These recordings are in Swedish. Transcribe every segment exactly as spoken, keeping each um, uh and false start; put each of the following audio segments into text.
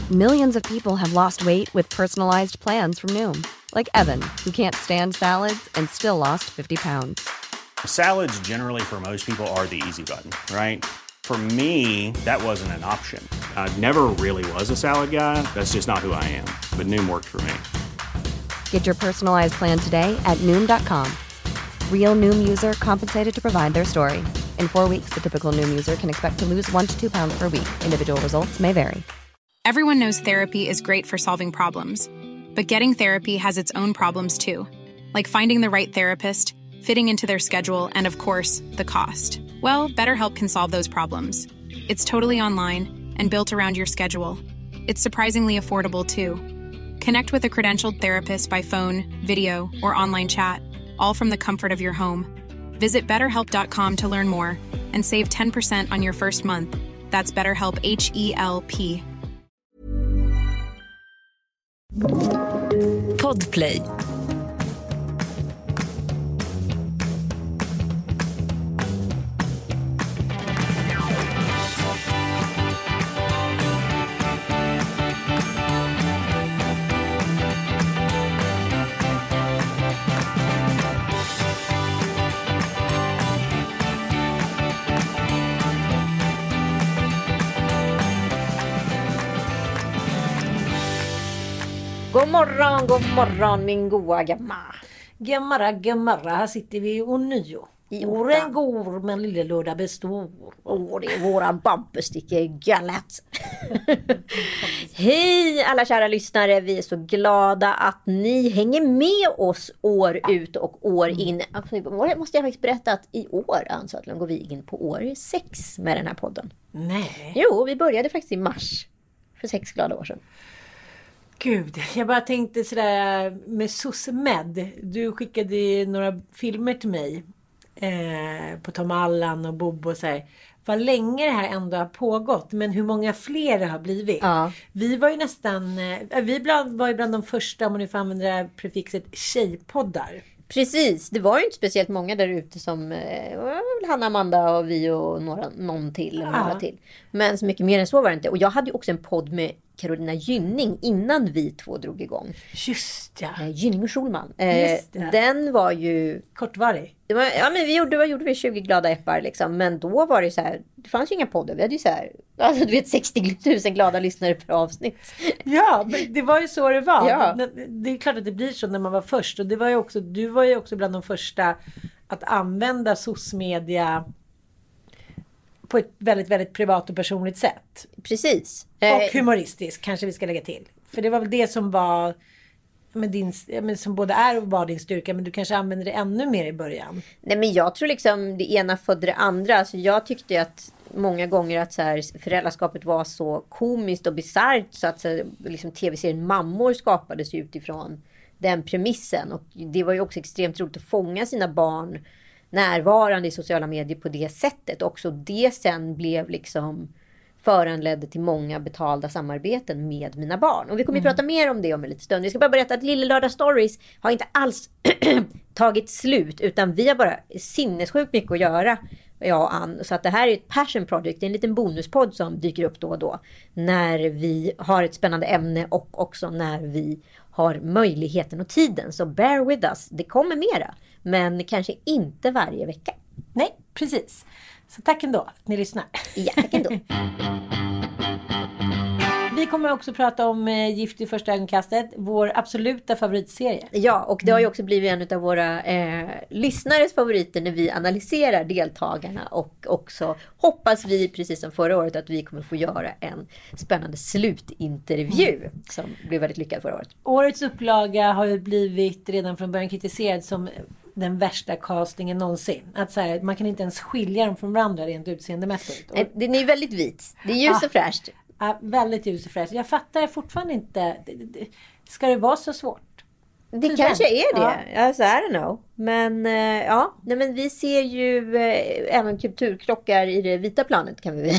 Millions of people have lost weight with personalized plans from Noom. Like Evan, who can't stand salads and still lost fifty pounds. Salads generally for most people are the easy button, right? For me, that wasn't an option. I never really was a salad guy. That's just not who I am. But Noom worked for me. Get your personalized plan today at Noom dot com. Real Noom user compensated to provide their story. In four weeks, the typical Noom user can expect to lose one to two pounds per week. Individual results may vary. Everyone knows therapy is great for solving problems. But getting therapy has its own problems too. Like finding the right therapist, fitting into their schedule, and of course, the cost. Well, BetterHelp can solve those problems. It's totally online and built around your schedule. It's surprisingly affordable too. Connect with a credentialed therapist by phone, video, or online chat, all from the comfort of your home. Visit better help dot com to learn more and save ten percent on your first month. That's BetterHelp, H E L P. Podplay. God morgon, god morgon min goa gamma. Gammara, gammara, här sitter vi och nio. Åren går men lille lördag består. Åh, det är våran bumpersticka i gallat. Hej alla kära lyssnare, vi är så glada att ni hänger med oss år ut och år in. Mm. Måste jag faktiskt berätta att i år alltså att går vi in på år sex med den här podden. Nej. Jo, vi började faktiskt i mars för sex glada år sedan. Gud, jag bara tänkte sådär med SOSMED. Du skickade några filmer till mig eh, på Tom Allan och Bob och så här. Vad länge det här ändå har pågått, men hur många fler det har blivit. Ja. Vi var ju nästan, eh, vi bland, var ju bland de första, om man nu får använda det här prefixet, tjejpoddar. Precis, det var ju inte speciellt många där ute som eh, Hanna, Amanda och vi och några, någon till, ja. några till. Men så mycket mer än så var det inte. Och jag hade ju också en podd med Carolina Gynning innan vi två drog igång. Just ja. Eh, Gynning och Schulman. Eh, den var ju... Kortvarig. Det var, ja, men vi gjorde, vad gjorde vi? tjugo glada äppar liksom. Men då var det så här, det fanns ju inga poddar. Vi hade ju så här, alltså du vet sextio tusen glada lyssnare per avsnitt. Ja, men det var ju så det var. Ja. Det, det är klart att det blir så när man var först. Och det var ju också, du var ju också bland de första att använda SOS-media på ett väldigt, väldigt privat och personligt sätt. Precis. Och humoristiskt kanske vi ska lägga till. För det var väl det som var... Men din, men som både är och var din styrka, men du kanske använder det ännu mer i början. Nej, men jag tror liksom det ena födde det andra. Alltså jag tyckte ju att många gånger att så här, föräldraskapet var så komiskt och bizarrt så att så här, liksom tv-serien Mammor skapades utifrån den premissen. Och det var ju också extremt roligt att fånga sina barn närvarande i sociala medier på det sättet. Också det sen blev liksom föranledde till många betalda samarbeten med mina barn. Och vi kommer mm. att prata mer om det om en liten stund. Vi ska bara berätta att Lille Lördag Stories har inte alls tagit slut, utan vi har bara sinnessjukt mycket att göra, jag och Ann. Så att det här är ett passion project, en liten bonuspodd som dyker upp då och då när vi har ett spännande ämne och också när vi har möjligheten och tiden. Så bear with us, det kommer mera, men kanske inte varje vecka. Nej, precis. Så tack ändå att ni lyssnar. Ja, tack ändå. Vi kommer också prata om eh, Gift i första ögonkastet, vår absoluta favoritserie. Ja, och det har ju också blivit en av våra eh, lyssnares favoriter när vi analyserar deltagarna. Och också hoppas vi, precis som förra året, att vi kommer få göra en spännande slutintervju mm. som blev väldigt lyckad förra året. Årets upplaga har ju blivit redan från början kritiserad som den värsta castingen någonsin. Att så här, man kan inte ens skilja dem från varandra rent utseendemässigt. Och... Den är ju väldigt vit. Det är ljus och ja. fräscht. Ja, väldigt ljus och fräscht. Jag fattar fortfarande inte. Ska det vara så svårt? Det För kanske den? är det. Ja. Alltså, I don't know. Men eh, ja, nej, men vi ser ju eh, även kulturkrockar i det vita planet, kan vi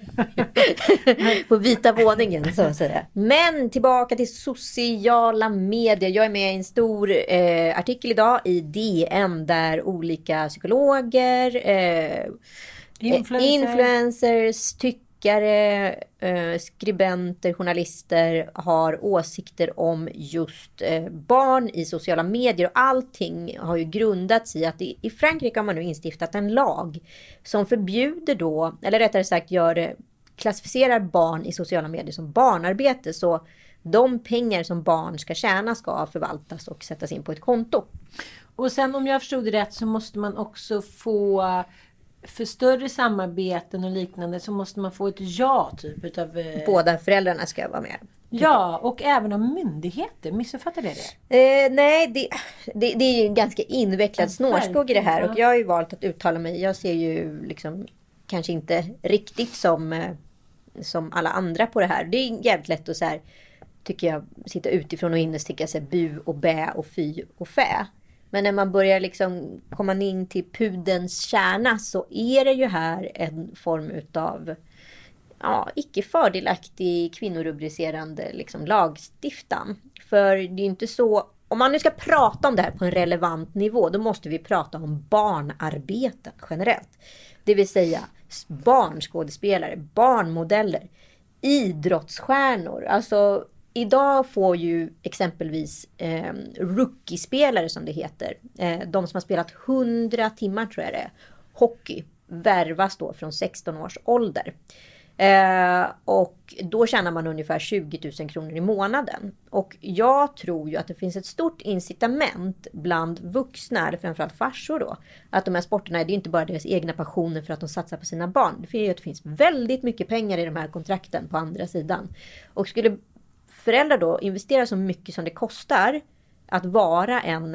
på vita våningen så att säga. Men tillbaka till sociala medier. Jag är med i en stor eh, artikel idag i D N där olika psykologer, eh, influencers, influencers tycker forskare, eh, skribenter, journalister har åsikter om just eh, barn i sociala medier. Och allting har ju grundats i att i, i Frankrike har man nu instiftat en lag som förbjuder då, eller rättare sagt gör, klassificerar barn i sociala medier som barnarbete. Så de pengar som barn ska tjäna ska förvaltas och sättas in på ett konto. Och sen om jag förstod det rätt så måste man också få, för större samarbeten och liknande, så måste man få ett ja typ utav... Båda föräldrarna ska vara med. Ja, och även om myndigheter. Missuppfattar det det? Eh, nej, det, det, det är ju en ganska invecklad snårskog i det här. Och jag har ju valt att uttala mig. Jag ser ju liksom kanske inte riktigt som, som alla andra på det här. Det är jävligt lätt att så här, tycker jag, sitta utifrån och in och sticka sig bu och bä och fy och fä. Men när man börjar liksom komma in till pudens kärna så är det ju här en form utav ja, icke fördelaktig kvinnorubricerande liksom lagstiftan. För det är inte så, om man nu ska prata om det här på en relevant nivå, då måste vi prata om barnarbeten generellt. Det vill säga barnskådespelare, barnmodeller, idrottsstjärnor. Alltså idag får ju exempelvis eh, rookie-spelare som det heter, eh, de som har spelat hundra timmar tror jag det är, hockey, värvas då från sexton års ålder. Eh, och då tjänar man ungefär tjugo tusen kronor i månaden. Och jag tror ju att det finns ett stort incitament bland vuxna, eller framförallt farsor då, att de här sporterna, det är inte bara deras egna passioner för att de satsar på sina barn. Det finns ju att det finns väldigt mycket pengar i de här kontrakten på andra sidan. Och skulle föräldrar då investera så mycket som det kostar att vara en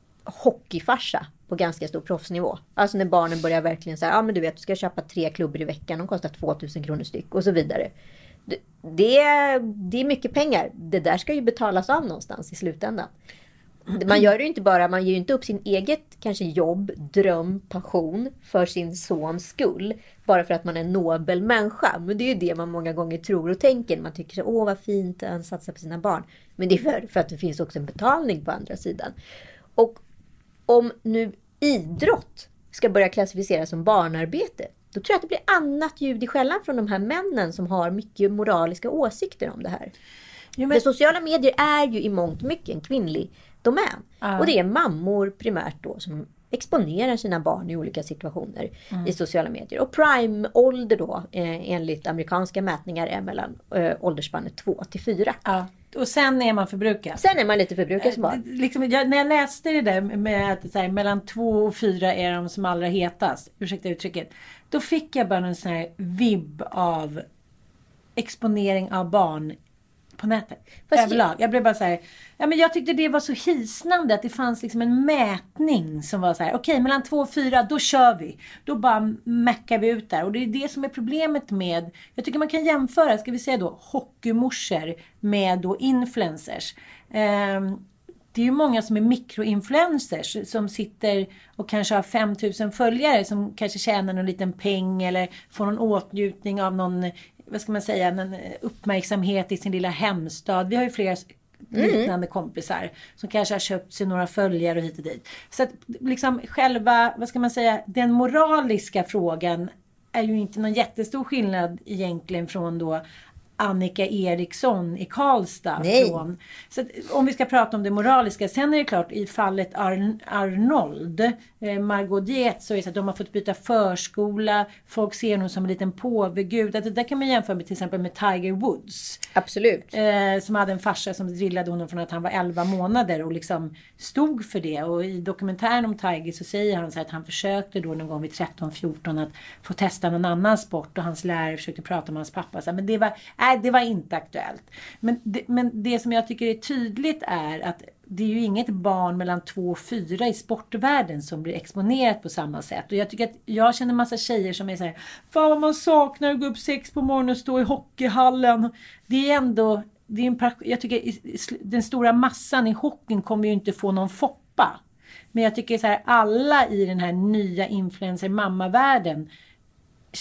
hockeyfarsa på ganska stor proffsnivå. Alltså när barnen börjar verkligen säga, ja men du vet, du ska köpa tre klubbor i veckan, de kostar tvåtusen kronor styck och så vidare. Det, det, är, det är mycket pengar. Det där ska ju betalas av någonstans i slutändan. Man gör det ju inte bara, man ger ju inte upp sin eget kanske jobb, dröm, passion för sin sons skull. Bara för att man är en nobel människa. Men det är ju det man många gånger tror och tänker. Man tycker så, åh vad fint att han satsar på sina barn. Men det är för, för att det finns också en betalning på andra sidan. Och om nu idrott ska börja klassificeras som barnarbete, då tror jag att det blir annat ljud i skällan från de här männen som har mycket moraliska åsikter om det här. Jo, men... För sociala medier är ju i mångt mycket en kvinnlig domän. Uh. Och det är mammor primärt då som exponerar sina barn i olika situationer mm. i sociala medier. Och prime-ålder då eh, enligt amerikanska mätningar är mellan eh, åldersspannet två till fyra. Ja. Och sen är man förbrukad. Sen är man lite förbrukad som barn. Liksom, jag, när jag läste det där med att så här, mellan två och fyra är de som allra hetast, ursäkta uttrycket, då fick jag bara en sån här vibb av exponering av barn på nätet. Överlag. Jag blev bara så här, ja men jag tyckte det var så hisnande att det fanns liksom en mätning som var så här, okej, okay, mellan två och fyra, då kör vi. Då bara mäckar vi ut där. Och det är det som är problemet med, jag tycker man kan jämföra, ska vi säga då, hockeymorsor med då influencers. Um, det är ju många som är mikroinfluencers som sitter och kanske har fem tusen följare som kanske tjänar någon liten peng eller får någon åtnjutning av någon, vad ska man säga, en uppmärksamhet i sin lilla hemstad. Vi har ju flera liknande mm. kompisar som kanske har köpt sig några följare och hit och dit. Så att liksom själva, vad ska man säga, den moraliska frågan är ju inte någon jättestor skillnad egentligen från då Annika Eriksson i Karlstad. Från. Så att, om vi ska prata om det moraliska. Sen är det klart, i fallet Ar- Arnold, eh, Margot Dietz, så är det så att de har fått byta förskola. Folk ser honom som en liten påvegud. Att det där kan man jämföra med till exempel med Tiger Woods. Absolut. Eh, som hade en farsa som drillade honom från att han var elva månader och liksom stod för det. Och i dokumentären om Tiger så säger han så att han försökte då någon gång vid tretton fjorton att få testa någon annan sport. Och hans lärare försökte prata med hans pappa. Så, men det var... Nej, det var inte aktuellt. Men det, men det som jag tycker är tydligt är att det är ju inget barn mellan två och fyra i sportvärlden som blir exponerat på samma sätt. Och jag tycker att jag känner massa tjejer som är så här, fan vad man saknar att gå upp sex på morgonen och stå i hockeyhallen. Det är ändå, det är en, jag tycker den stora massan i hockeyn kommer ju inte få någon foppa. Men jag tycker så här, alla i den här nya influencer-mamma-världen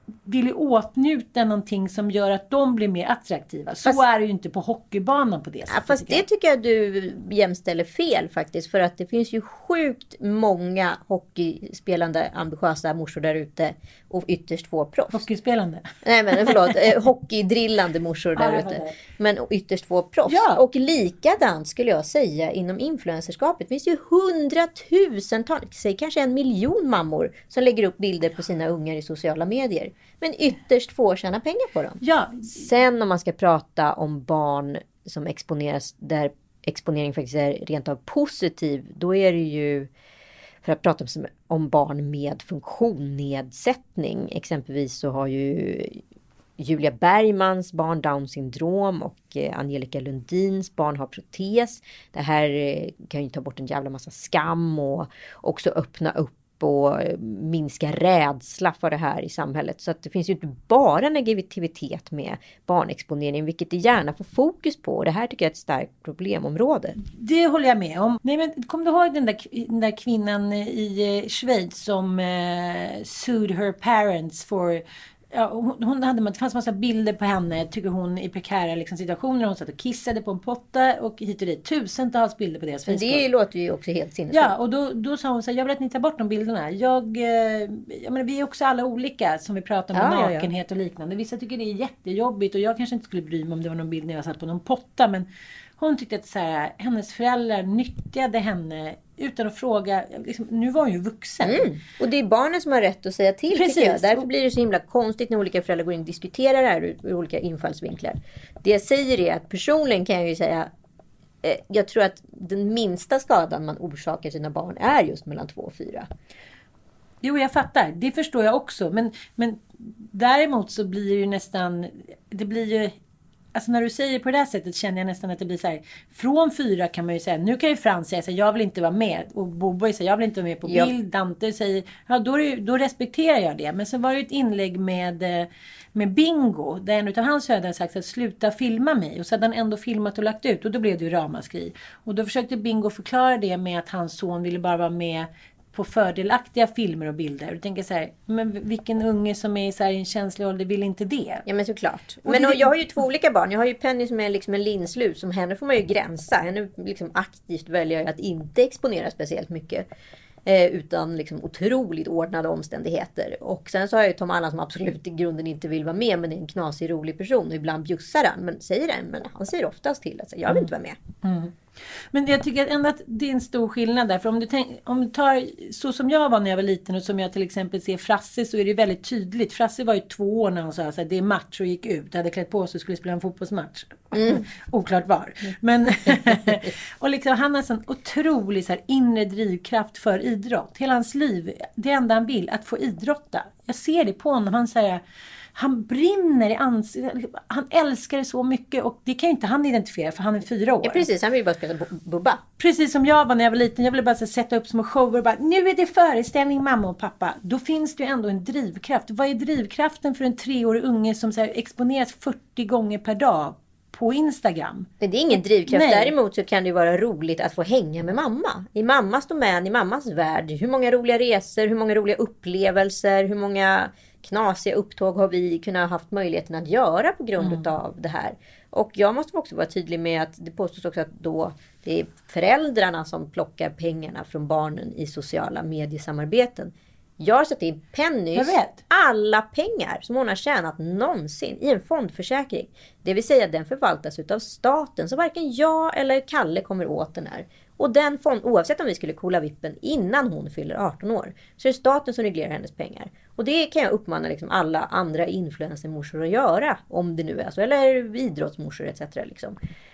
vill ju åtnjuta någonting som gör att de blir mer attraktiva. Så fast, är det ju inte på hockeybanan på det sättet. Ja, fast det tycker jag du jämställer fel faktiskt. För att det finns ju sjukt många hockeyspelande ambitiösa morsor där ute. Och ytterst få proffs. Hockeyspelande? Nej men förlåt. eh, hockeydrillande morsor där ja, ute. Men ytterst få proffs. Ja. Och likadant skulle jag säga inom influencerskapet. Det finns ju hundratusentals, säg kanske en miljon mammor som lägger upp bilder på sina ungar i sociala medier. Men ytterst få tjäna pengar på dem. Ja. Sen om man ska prata om barn som exponeras där exponering faktiskt är rent av positiv, då är det ju för att prata om, om barn med funktionnedsättning. Exempelvis så har ju Julia Bergmans barn Down syndrom och eh, Angelica Lundins barn har protes. Det här eh, kan ju ta bort en jävla massa skam och också öppna upp och minska rädsla för det här i samhället. Så att det finns ju inte bara negativitet med barnexponering, vilket det gärna får fokus på. Och det här tycker jag är ett starkt problemområde. Det håller jag med om. Nej, men kom du ihåg den där, den där kvinnan i Schweiz som eh, sued her parents for... Ja, hon, hon hade, det fanns massa bilder på henne, tycker hon, i prekära liksom, situationer. Hon satt och kissade på en potta och hit och dit. Tusentals bilder på deras Facebook. Det låter ju också helt sinnessjukt. Ja, och då, då sa hon så här, jag vill att ni tar bort de bilderna. Jag, eh, jag menar, vi är också alla olika som vi pratar om, ja, nakenhet ja, ja. och liknande. Vissa tycker det är jättejobbigt och jag kanske inte skulle bry mig om det var någon bild när jag satt på någon potta. Men hon tyckte att så här, hennes föräldrar nyttjade henne utan att fråga, liksom, nu var hon ju vuxen. Mm. Och det är barnen som har rätt att säga till. Precis. Jag. Därför blir det så himla konstigt när olika föräldrar går in och diskuterar det här ur, ur olika infallsvinklar. Det jag säger är att personligen kan jag ju säga, eh, jag tror att den minsta skadan man orsakar sina barn är just mellan två och fyra. Jo, jag fattar. Det förstår jag också. Men, men däremot så blir det ju nästan, det blir ju... Alltså när du säger på det här sättet känner jag nästan att det blir så här. Från fyra kan man ju säga, nu kan ju Frans säga så här, jag vill inte vara med. Och Bobo säger, jag vill inte vara med på bild. Ja. Dante säger, ja då, är det, då respekterar jag det. Men sen var det ju ett inlägg med, med Bingo. Där en av hans söner hade sagt att sluta filma mig. Och så hade han ändå filmat och lagt ut. Och då blev det ju ramaskri. Och då försökte Bingo förklara det med att hans son ville bara vara med på fördelaktiga filmer och bilder. Och du tänker så här, men vilken unge som är i så här en känslig ålder vill inte det? Ja, men såklart. Och men det... och jag har ju två olika barn. Jag har ju Penny som är liksom en linslus. Som henne får man ju gränsa. Henne liksom aktivt väljer att inte exponera speciellt mycket. Eh, utan liksom otroligt ordnade omständigheter. Och sen så har jag ju Tom Allan som absolut i grunden inte vill vara med. Men är en knasig, rolig person. Och ibland bjussar han. Men säger den. Men han säger oftast till att jag vill inte vara med. Mm. Men jag tycker ändå att det är en stor skillnad där. För om du, tänk, om du tar så som jag var när jag var liten och som jag till exempel ser Frasse, så är det väldigt tydligt. Frasse var ju två år när han sa att det är match och gick ut. Hade klätt på sig och skulle spela en fotbollsmatch. Mm. Oklart var. Men och liksom, han har en sån otrolig så här, inre drivkraft för idrott. Hela hans liv, det enda han vill, att få idrotta. Jag ser det på honom. Han säger... Han brinner i ansiktet. Han älskar det så mycket. Och det kan ju inte han identifiera för han är fyra år. Ja, precis. Han vill ju bara spela bubba. Precis som jag var när jag var liten. Jag ville bara så, sätta upp små shower. Och bara, nu är det föreställning mamma och pappa. Då finns det ju ändå en drivkraft. Vad är drivkraften för en treårig unge som så här, exponeras fyrtio gånger per dag på Instagram? Det är ingen drivkraft. Nej. Däremot så kan det ju vara roligt att få hänga med mamma. I mammas domän, i mammas värld. Hur många roliga resor, hur många roliga upplevelser, hur många... knasiga upptåg har vi kunnat haft möjligheten att göra på grund mm. av det här. Och jag måste också vara tydlig med att det påstås också att då det är föräldrarna som plockar pengarna från barnen i sociala mediesamarbeten. Jag har satt in Pennys alla pengar som hon har tjänat någonsin i en fondförsäkring. Det vill säga att den förvaltas av staten så varken jag eller Kalle kommer åt den här. Och den fond, oavsett om vi skulle kolla vippen innan hon fyller arton år, så är det staten som reglerar hennes pengar. Och det kan jag uppmana liksom alla andra influencermorsor att göra, om det nu är så. Eller idrottsmorsor et cetera. Liksom.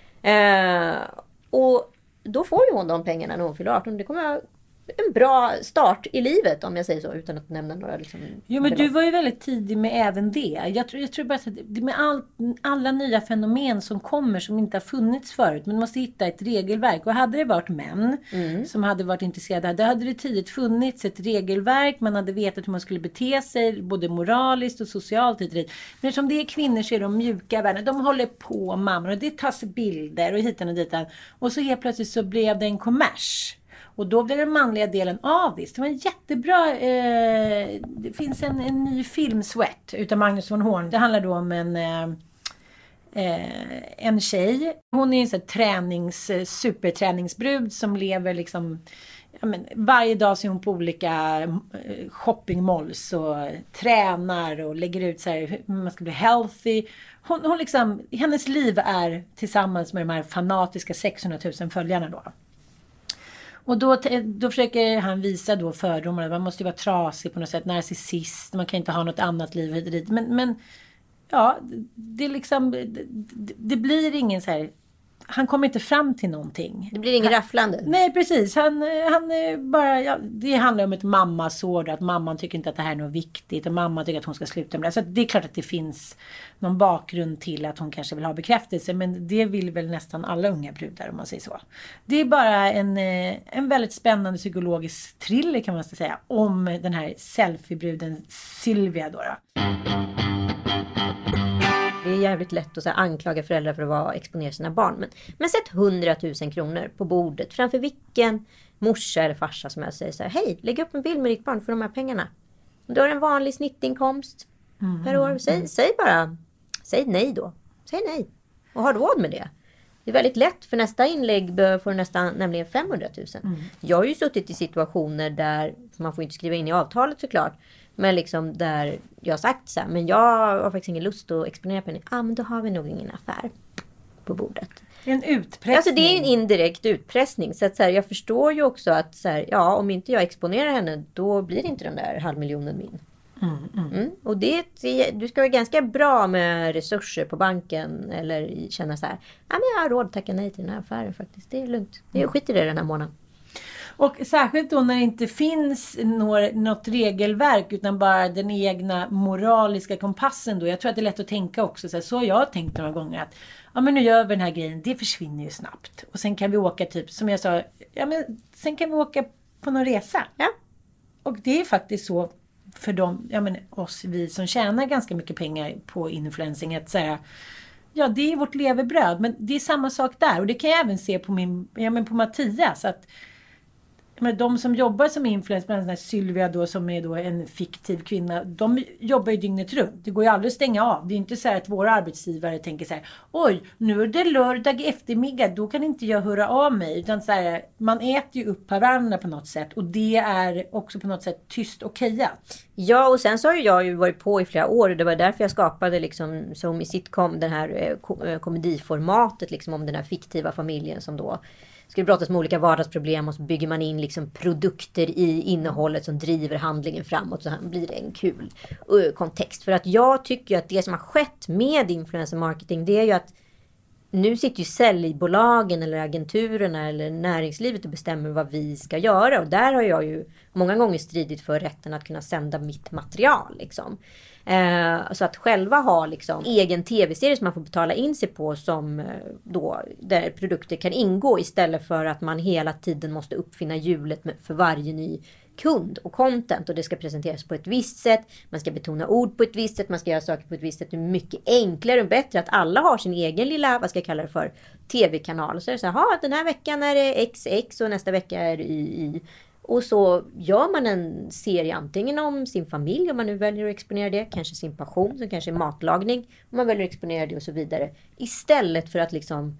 Eh, och då får ju hon de pengarna när hon fyller arton. Det kommer jag... en bra start i livet, om jag säger så, utan att nämna några liksom, jo, men du var ju väldigt tidig med även det. Jag tror, jag tror bara att det med all, alla nya fenomen som kommer som inte har funnits förut, men man måste hitta ett regelverk. Och hade det varit män mm. som hade varit intresserade, då hade det tidigt funnits ett regelverk. Man hade vetat hur man skulle bete sig, både moraliskt och socialt. Men eftersom det är kvinnor så är de mjuka värden. De håller på, mammor, och det tas bilder och hitan och ditan. Och så helt plötsligt så blev det en kommers. Och då blir den manliga delen avis. Det var en jättebra... Eh, det finns en, en ny film, Sweat, utav Magnus von Horn. Det handlar då om en... Eh, Eh, en tjej. Hon är en sån här tränings, superträningsbrud som lever liksom, ja men, varje dag så är hon på olika eh, shoppingmalls och tränar och lägger ut så här hur man ska bli healthy. Hon, hon liksom, hennes liv är tillsammans med de här fanatiska sexhundratusen följarna då. Och då, då försöker han visa då fördomar. Man måste ju vara trasig på något sätt, narcissist, man kan inte ha något annat liv hit och dit. Men, men ja, det liksom det, det blir ingen så här, han kommer inte fram till någonting. Det blir ingen han, rafflande. Nej, precis. Han, han bara, ja, det handlar om ett mammasår, att mamman tycker inte att det här är något viktigt och mamma tycker att hon ska sluta med det. Så det är klart att det finns någon bakgrund till att hon kanske vill ha bekräftelse, men det vill väl nästan alla unga brudar om man säger så. Det är bara en, en väldigt spännande psykologisk thriller kan man säga om den här selfiebruden Sylvia då. då. Det är jävligt lätt att så här, anklaga föräldrar för att vara exponera sina barn. Men, men sätt hundratusen kronor på bordet framför vilken morsa eller farsa som jag säger så här: hej, lägg upp en bild med ditt barn för de här pengarna. Du har en vanlig snittinkomst mm, per år. Säg, mm. säg bara, säg nej då. Säg nej. Och har råd med det. Det är väldigt lätt, för nästa inlägg får du nästan nämligen femhundratusen. Mm. Jag har ju suttit i situationer där, man får inte skriva in i avtalet såklart, men liksom där jag har sagt så här, men jag har faktiskt ingen lust att exponera pengar. Ja, ah, men då har vi nog ingen affär på bordet. En utpressning. Alltså det är en indirekt utpressning. Så att så här, jag förstår ju också att så här, ja, om inte jag exponerar henne, då blir inte den där halvmiljonen min. Mm, mm. Mm. Och det, du ska vara ganska bra med resurser på banken eller känna så här, ja, men jag har råd att tacka nej till den här affären faktiskt. Det är lugnt. Jag skiter i det den här månaden. Och särskilt då när det inte finns något regelverk utan bara den egna moraliska kompassen då. Jag tror att det är lätt att tänka också. Så, här, så jag har tänkt några gånger att ja, men nu gör vi den här grejen. Det försvinner ju snabbt. Och sen kan vi åka typ, som jag sa, ja, men sen kan vi åka på någon resa. Ja. Och det är faktiskt så för dem, ja, men oss, vi som tjänar ganska mycket pengar på influencing, att säga, ja, det är vårt levebröd. Men det är samma sak där. Och det kan jag även se på, min, ja, men på Mattias, att men de som jobbar som influencer, bland annat Sylvia då, som är då en fiktiv kvinna, de jobbar ju dygnet runt. Det går ju aldrig att stänga av. Det är inte så här att våra arbetsgivare tänker så här: oj, nu är det lördag eftermiddag, då kan inte jag höra av mig. Utan så här, man äter ju upp varandra på något sätt. Och det är också på något sätt tyst och kejat. Ja, och sen så har ju jag ju varit på i flera år. Och det var därför jag skapade liksom, som i sitcom, den här eh, komediformatet liksom, om den här fiktiva familjen som då skulle brottas med olika vardagsproblem, och så bygger man in liksom produkter i innehållet som driver handlingen framåt, så här blir det en kul uh, kontext. För att jag tycker att det som har skett med influencer marketing, det är ju att nu sitter ju säljbolagen eller agenturerna eller näringslivet och bestämmer vad vi ska göra. Och där har jag ju många gånger stridit för rätten att kunna sända mitt material liksom. Eh, så att själva ha liksom egen tv-serie som man får betala in sig på, som eh, då, där produkter kan ingå, istället för att man hela tiden måste uppfinna hjulet med, för varje ny kund och content, och det ska presenteras på ett visst sätt, man ska betona ord på ett visst sätt, man ska göra saker på ett visst sätt. Det är mycket enklare och bättre att alla har sin egen lilla, vad ska jag kalla det för, tv-kanal. Så är det så här, den här veckan är det X X och nästa vecka är det Y Y. Och så gör man en serie antingen om sin familj, om man nu väljer att exponera det, kanske sin passion, som kanske är matlagning, om man väljer att exponera det och så vidare. Istället för att liksom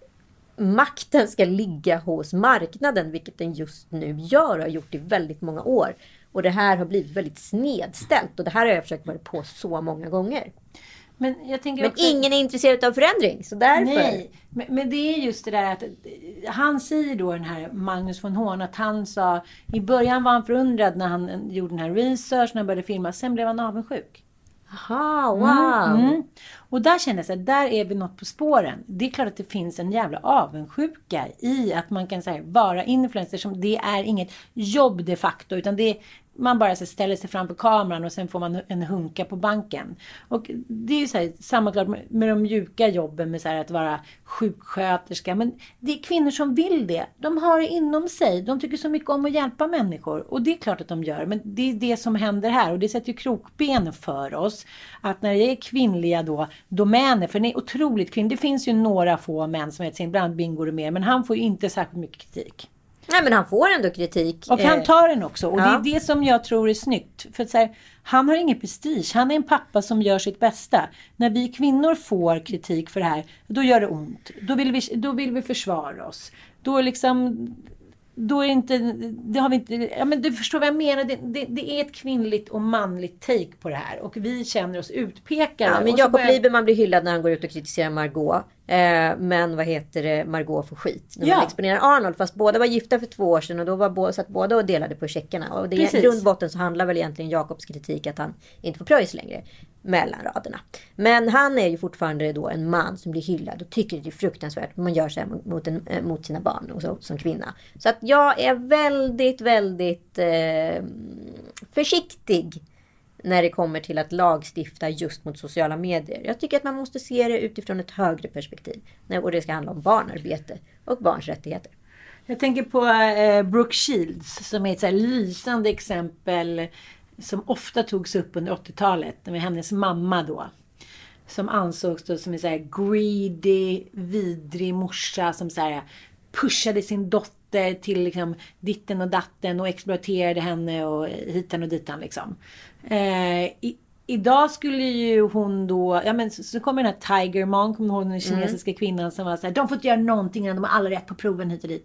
makten ska ligga hos marknaden, vilket den just nu gör och har gjort i väldigt många år. Och det här har blivit väldigt snedställt, och det här har jag försökt vara på så många gånger. Men, jag tänker men också, ingen är intresserad av förändring, så därför... Nej, men, men det är just det där att han säger då, den här Magnus von Horn, att han sa, i början var han förundrad när han gjorde den här research, när han började filma, sen blev han avundsjuk. Aha, wow. Mm, mm. Och där kände jag så här, där är vi något på spåren. Det är klart att det finns en jävla avundsjuka i att man kan säga vara influencer, som det är inget jobb de facto, utan det är, man bara så ställer sig framför kameran och sen får man en hunka på banken. Och det är ju så här, samma klart med, med de mjuka jobben, med så här att vara sjuksköterska. Men det är kvinnor som vill det. De har det inom sig. De tycker så mycket om att hjälpa människor. Och det är klart att de gör. Men det är det som händer här. Och det sätter ju krokben för oss. Att när det är kvinnliga då, domäner. För det är otroligt kvinnor. Det finns ju några få män som heter sin brand Bingo och mer. Men han får ju inte särskilt mycket kritik. Nej, men han får ändå kritik. Och han tar den också. Och ja. det är det som jag tror är snyggt. För att så här, han har ingen prestige. Han är en pappa som gör sitt bästa. När vi kvinnor får kritik för det här, då gör det ont. Då vill vi, då vill vi försvara oss. Då är liksom... Då är inte, det har vi inte, ja men du förstår vad jag menar, det, det, det är ett kvinnligt och manligt take på det här och vi känner oss utpekade. Ja, men Jakob börjar... Lieberman blir hyllad när han går ut och kritiserar Margot, eh, men vad heter det, Margot får skit när ja. man exponerar Arnold, fast båda var gifta för två år sedan och då var båda, satt båda och delade på checkarna och det är grundbotten så handlar väl egentligen Jakobs kritik att han inte får pröjs längre mellan raderna. Men han är ju fortfarande då en man som blir hyllad och tycker det är fruktansvärt att man gör så här mot, en, mot sina barn och så, som kvinna. Så att jag är väldigt, väldigt eh, försiktig när det kommer till att lagstifta just mot sociala medier. Jag tycker att man måste se det utifrån ett högre perspektiv. Och det ska handla om barnarbete och barns rättigheter. Jag tänker på eh, Brooke Shields som är ett så här lysande exempel som ofta togs upp under åttiotalet med hennes mamma då. Som ansågs då som en så här greedy, vidrig morsa som så här pushade sin dotter till liksom ditten och datten och exploaterade henne och hitan och ditan liksom. Eh, i, idag skulle ju hon då, ja men så, så kommer den här Tiger Mom, kommer ihåg den kinesiska mm. kvinnan som var så här, de får inte göra någonting innan de har alla rätt på proven hit och dit.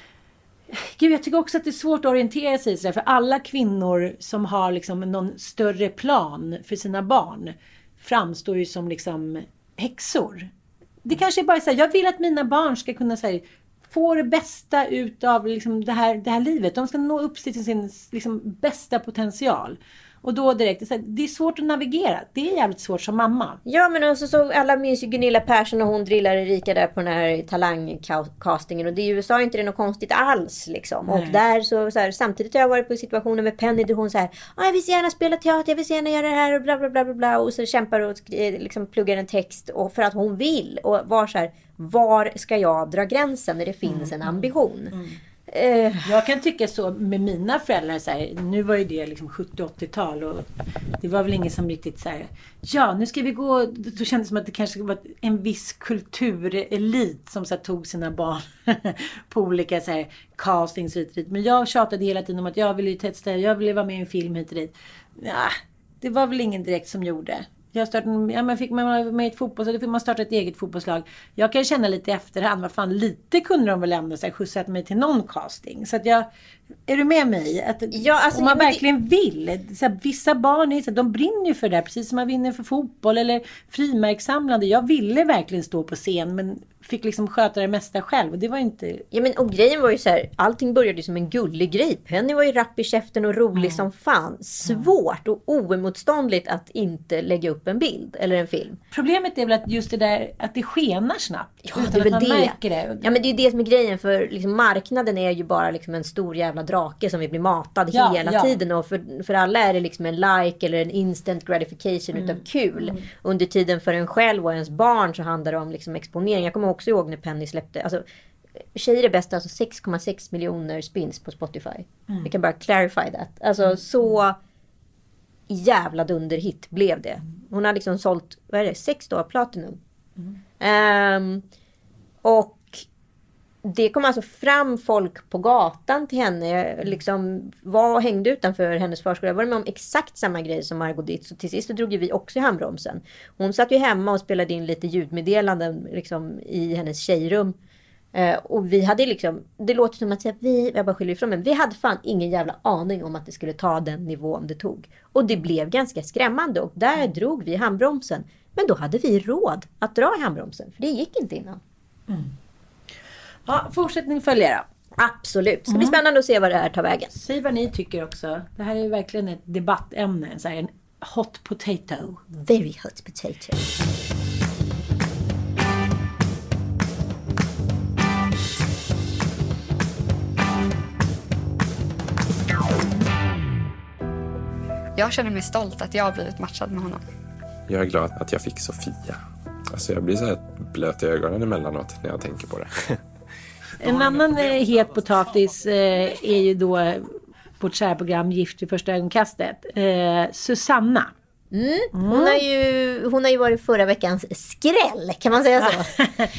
Gud, jag tycker också att det är svårt att orientera sig så där, för alla kvinnor som har liksom någon större plan för sina barn framstår ju som liksom häxor. Det kanske är bara så här, jag vill att mina barn ska kunna säga få det bästa ut av liksom det, här, det här livet. De ska nå upp till sin liksom, bästa potential. Och då direkt, så här, det är svårt att navigera. Det är jävligt svårt som mamma. Ja, men också så alla minns ju Gunilla Persson och hon drillar Erika där på den här talangcastingen. Och det i U S A är inte det något konstigt alls liksom. Nej. Och där så, så här, samtidigt har jag varit på situationer med Penny där hon så här, ah, jag vill så gärna spela teater, jag vill så gärna göra det här och bla bla bla bla bla. Och så kämpar och liksom pluggar en text och för att hon vill. Och var så här, var ska jag dra gränsen när det finns mm. en ambition? Mm. Jag kan tycka så med mina föräldrar så här, nu var ju det liksom sjuttio-åttiotal och det var väl ingen som riktigt så här, ja nu ska vi gå, då kändes det som att det kanske var en viss kulturelit som så här, tog sina barn på olika så här, castings hit och dit. Men jag tjatade hela tiden om att jag ville testa, jag ville vara med i en film hit och dit. Ja, det var väl ingen direkt som gjorde. Jag startade, ja, men fick man vara med i ett fotbollslag, då fick man starta ett eget fotbollslag. Jag kan känna lite i efterhand, vad fan, lite kunde de väl ändå så här, skjutsat mig till någon casting. Så att jag, är du med mig? Att, ja, alltså, om man ja, verkligen det... vill. Så här, vissa barn är så här, de brinner ju för det här, precis som man vinner för fotboll eller frimärkssamlande. Jag ville verkligen stå på scen, men fick liksom sköta det mesta själv. Och det var inte... Ja, men och grejen var ju så här, allting började ju som en gullig grej. Penny var ju rapp i käften och rolig mm. som fan. Svårt och oemotståndligt att inte lägga upp en bild eller en film. Problemet är väl att just det där, att det skenar snabbt. Ja, det är väl det. det. Ja, men det är det som är grejen, för liksom, marknaden är ju bara liksom en stor jävla drake som vi blir matad ja, hela ja. tiden. Och för, för alla är det liksom en like eller en instant gratification mm. utav kul. Mm. Under tiden för en själv och ens barn så handlar det om liksom exponering. Jag kommer också ihåg när Penny släppte, alltså Tjejer är bäst, alltså sex komma sex miljoner spins på Spotify. Mm. Vi kan bara clarify that. Alltså mm. så jävla dunderhit blev det. Hon har liksom sålt, vad är det, sex då platinum. Mm. Um, och det kom alltså fram folk på gatan till henne, liksom var och hängde utanför hennes förskola. Jag var med om exakt samma grej som Margot Dietz. Så till sist så drog vi också i handbromsen. Hon satt ju hemma och spelade in lite ljudmeddelanden liksom, i hennes tjejrum. Uh, och vi hade liksom, det låter som att vi, jag bara skyller ifrån, men vi hade fan ingen jävla aning om att det skulle ta den nivån det tog. Och det blev ganska skrämmande och där mm. drog vi handbromsen. Men då hade vi råd att dra i handbromsen, för det gick inte innan. Mm. Ja, fortsättning följer då. Absolut. Det ska bli mm. spännande att se vad det här tar vägen. Säg vad ni tycker också. Det här är ju verkligen ett debattämne, så här en hot potato. Very hot potato. Jag känner mig stolt att jag har blivit matchad med honom. Jag är glad att jag fick Sofia. Alltså jag blir så här blöt i ögonen emellanåt när jag tänker på det. En annan eh, het potatis eh, är ju då på ett kärprogram Gift vid första ögonkastet. Eh, Susanna. Mm. Hon, har ju, hon har ju varit förra veckans skräll, kan man säga så?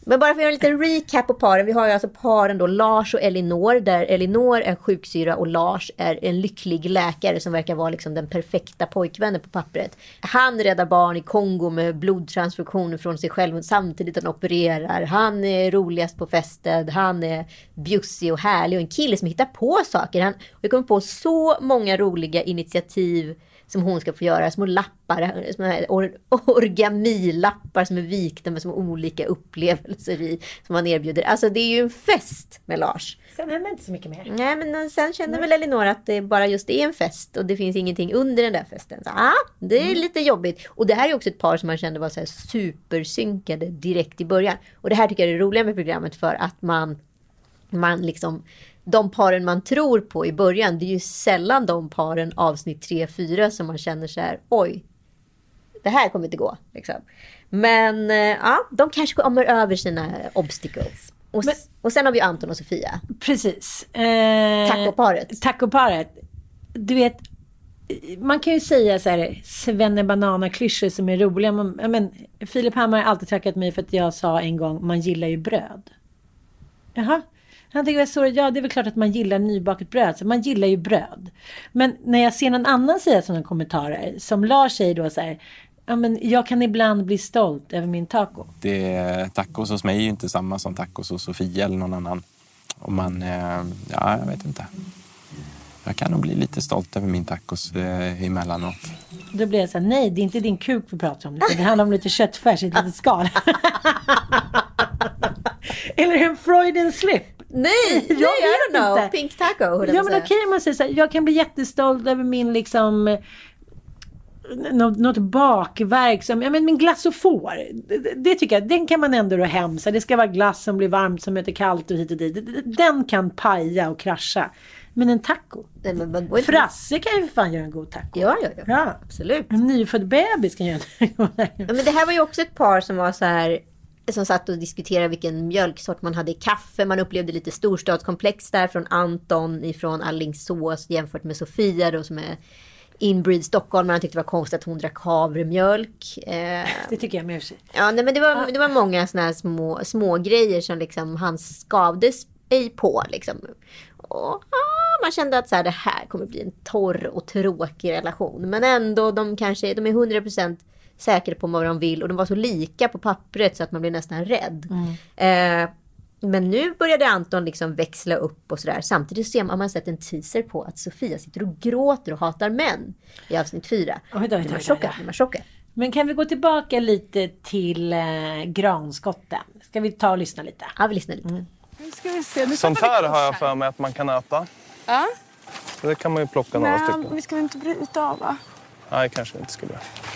Men bara för att göra en liten recap på paren. Vi har ju alltså paren då Lars och Elinor. Där Elinor är sjuksyra och Lars är en lycklig läkare som verkar vara liksom den perfekta pojkvännen på pappret. Han räddar barn i Kongo med blodtransfusioner från sig själv samtidigt som han opererar. Han är roligast på festen. Han är bjussig och härlig och en kille som hittar på saker. Han har kommit på så många roliga initiativ som hon ska få göra, små lappar, små här or- origamilappar som är vikta med små olika upplevelser i, som han erbjuder. Alltså det är ju en fest med Lars. Sen händer inte så mycket mer. Nej, men sen känner mm. väl Elinor att det bara just är en fest och det finns ingenting under den där festen. Så ah, det är mm. lite jobbigt. Och det här är också ett par som man kände var så här supersynkade direkt i början. Och det här tycker jag är det roliga med programmet, för att man, man liksom... De paren man tror på i början, det är ju sällan de paren avsnitt tre fyra som man känner så här, oj, det här kommer inte gå. Liksom. Men ja, de kanske kommer över sina obstacles. Och, Men, och sen har vi Anton och Sofia. Precis. Eh, Tacoparet. Tacoparet. Du vet, man kan ju säga så här svennebanana-klyschor som är roliga. Men, men Filip Hammar har alltid tackat mig för att jag sa en gång, man gillar ju bröd. Jaha. Han tänker så, ja, det är väl klart att man gillar nybakat bröd, så man gillar ju bröd. Men när jag ser någon annan säga sådana kommentarer, som Lars säger då så här, ja, men jag kan ibland bli stolt över min taco. Det, tacos hos mig är ju inte samma som tacos hos Sofia eller någon annan. Och man, ja, jag vet inte. Jag kan nog bli lite stolt över min tacos eh, emellanåt. Då blir jag så här, nej, det är inte din kuk vi pratar om. Det handlar om lite köttfärs i ett litet skal. Eller en Freudian slip. Nej, jag nej, I don't know. Pink taco. Ja, men okej, okay, man säger så här, jag kan bli jättestolt över min liksom något, något bakverk som, ja men min glass och får. Det, det tycker jag, den kan man ändå då hem. Så det ska vara glass som blir varmt, som heter kallt och hit och dit. Den kan paja och krascha. Men en taco. Nej, men man går inte. Frasse kan ju för fan göra en god taco. Ja, ja, ja. ja. Absolut. En nyfödd bebis kan göra en god taco. Ja, men det här var ju också ett par som var så här, som satt och diskuterade vilken mjölksort man hade i kaffe. Man upplevde lite storstadskomplex där från Anton ifrån Alingsås jämfört med Sofia då, som är inbreed Stockholm. Man tyckte det var konstigt att hon drack havremjölk. Eh, det tycker jag med sig. Ja, nej, men det var, det var många såna här små, små grejer som liksom han skavdes i på liksom. Och ah, man kände att så här, det här kommer bli en torr och tråkig relation. Men ändå, de kanske de är hundra procent säkra på vad de vill. Och de var så lika på pappret så att man blev nästan rädd. Mm. Eh, men nu började Anton liksom växla upp och sådär. Samtidigt ser man, har man sett en teaser på att Sofia sitter och gråter och hatar män i avsnitt fyra. Oh, det var chockat, det var chockat. Men kan vi gå tillbaka lite till eh, granskotten? Ska vi ta och lyssna lite? Ja, vi lyssnar lite. Mm. Ska vi se. Nu sånt här har jag för mig att man kan äta. Ja. Så det kan man ju plocka några stycken. Men vi ska inte bryta av, va? Nej, kanske vi inte skulle.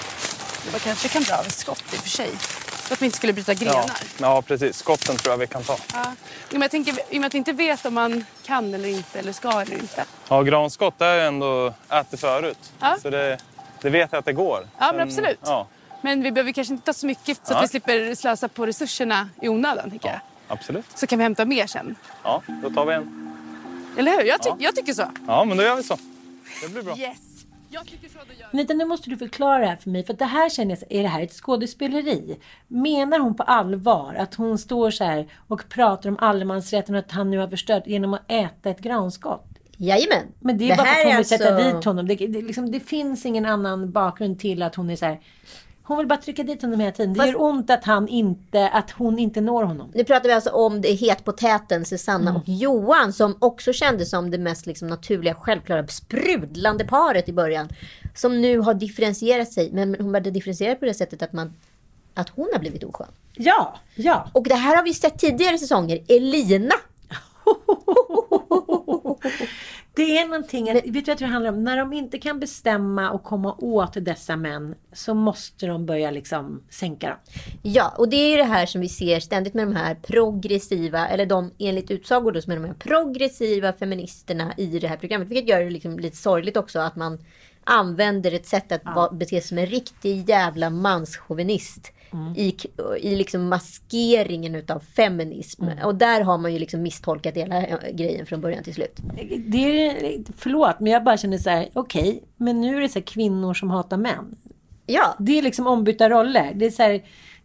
Det kanske kan dra av ett skott i och för sig. Så att vi inte skulle bryta grenar. Ja, ja precis. Skotten tror jag vi kan ta. Ja. Men jag tänker, i och med att vi inte vet om man kan eller inte, eller ska eller inte. Ja, granskott är ju ändå ätit förut. Ja. Så det, det vet jag att det går. Ja, men absolut. Ja. Men vi behöver kanske inte ta så mycket så ja. att vi slipper slösa på resurserna i onödan, tycker ja. jag. Absolut. Så kan vi hämta mer sen. Ja, då tar vi en. Eller hur? Jag, ty- ja. jag tycker så. Ja, men då gör vi så. Det blir bra. Yes. Jag tycker så, då gör Anita, nu måste du förklara det här för mig. För det här känner jag, är det här ett skådespeleri? Menar hon på allvar att hon står så här och pratar om allemansrätten och att han nu har förstört genom att äta ett granskott? Jajamän. Men det är det bara för att hon vill alltså... sätta dit honom. Det, det, liksom, det finns ingen annan bakgrund till att hon är så här... Hon vill bara trycka dit honom hela tiden. Det Fast... gör ont att, han inte, att hon inte når honom. Nu pratar vi alltså om det hetpotäten Susanna mm. och Johan, som också kändes som det mest liksom naturliga, självklara, sprudlande paret i början. Som nu har differentierat sig. Men hon började differentiera på det sättet att, man, att hon har blivit oskön. Ja, ja. Och det här har vi sett tidigare säsonger. Elina. Det är någonting, att, vet du vad det handlar om? När de inte kan bestämma och komma åt dessa män, så måste de börja liksom sänka dem. Ja, och det är det här som vi ser ständigt med de här progressiva, eller de enligt utsagor då, som är de här progressiva feministerna i det här programmet. Vilket gör det liksom lite sorgligt också att man använder ett sätt att ja. bete sig som en riktig jävla manschauvinist. Mm. I, i liksom maskeringen utav feminism. Mm. Och där har man ju liksom misstolkat hela grejen från början till slut. Det är, förlåt, men jag bara känner så här, okej, okay, men nu är det så här kvinnor som hatar män. Ja. Det är liksom ombytta roller. Det är så här,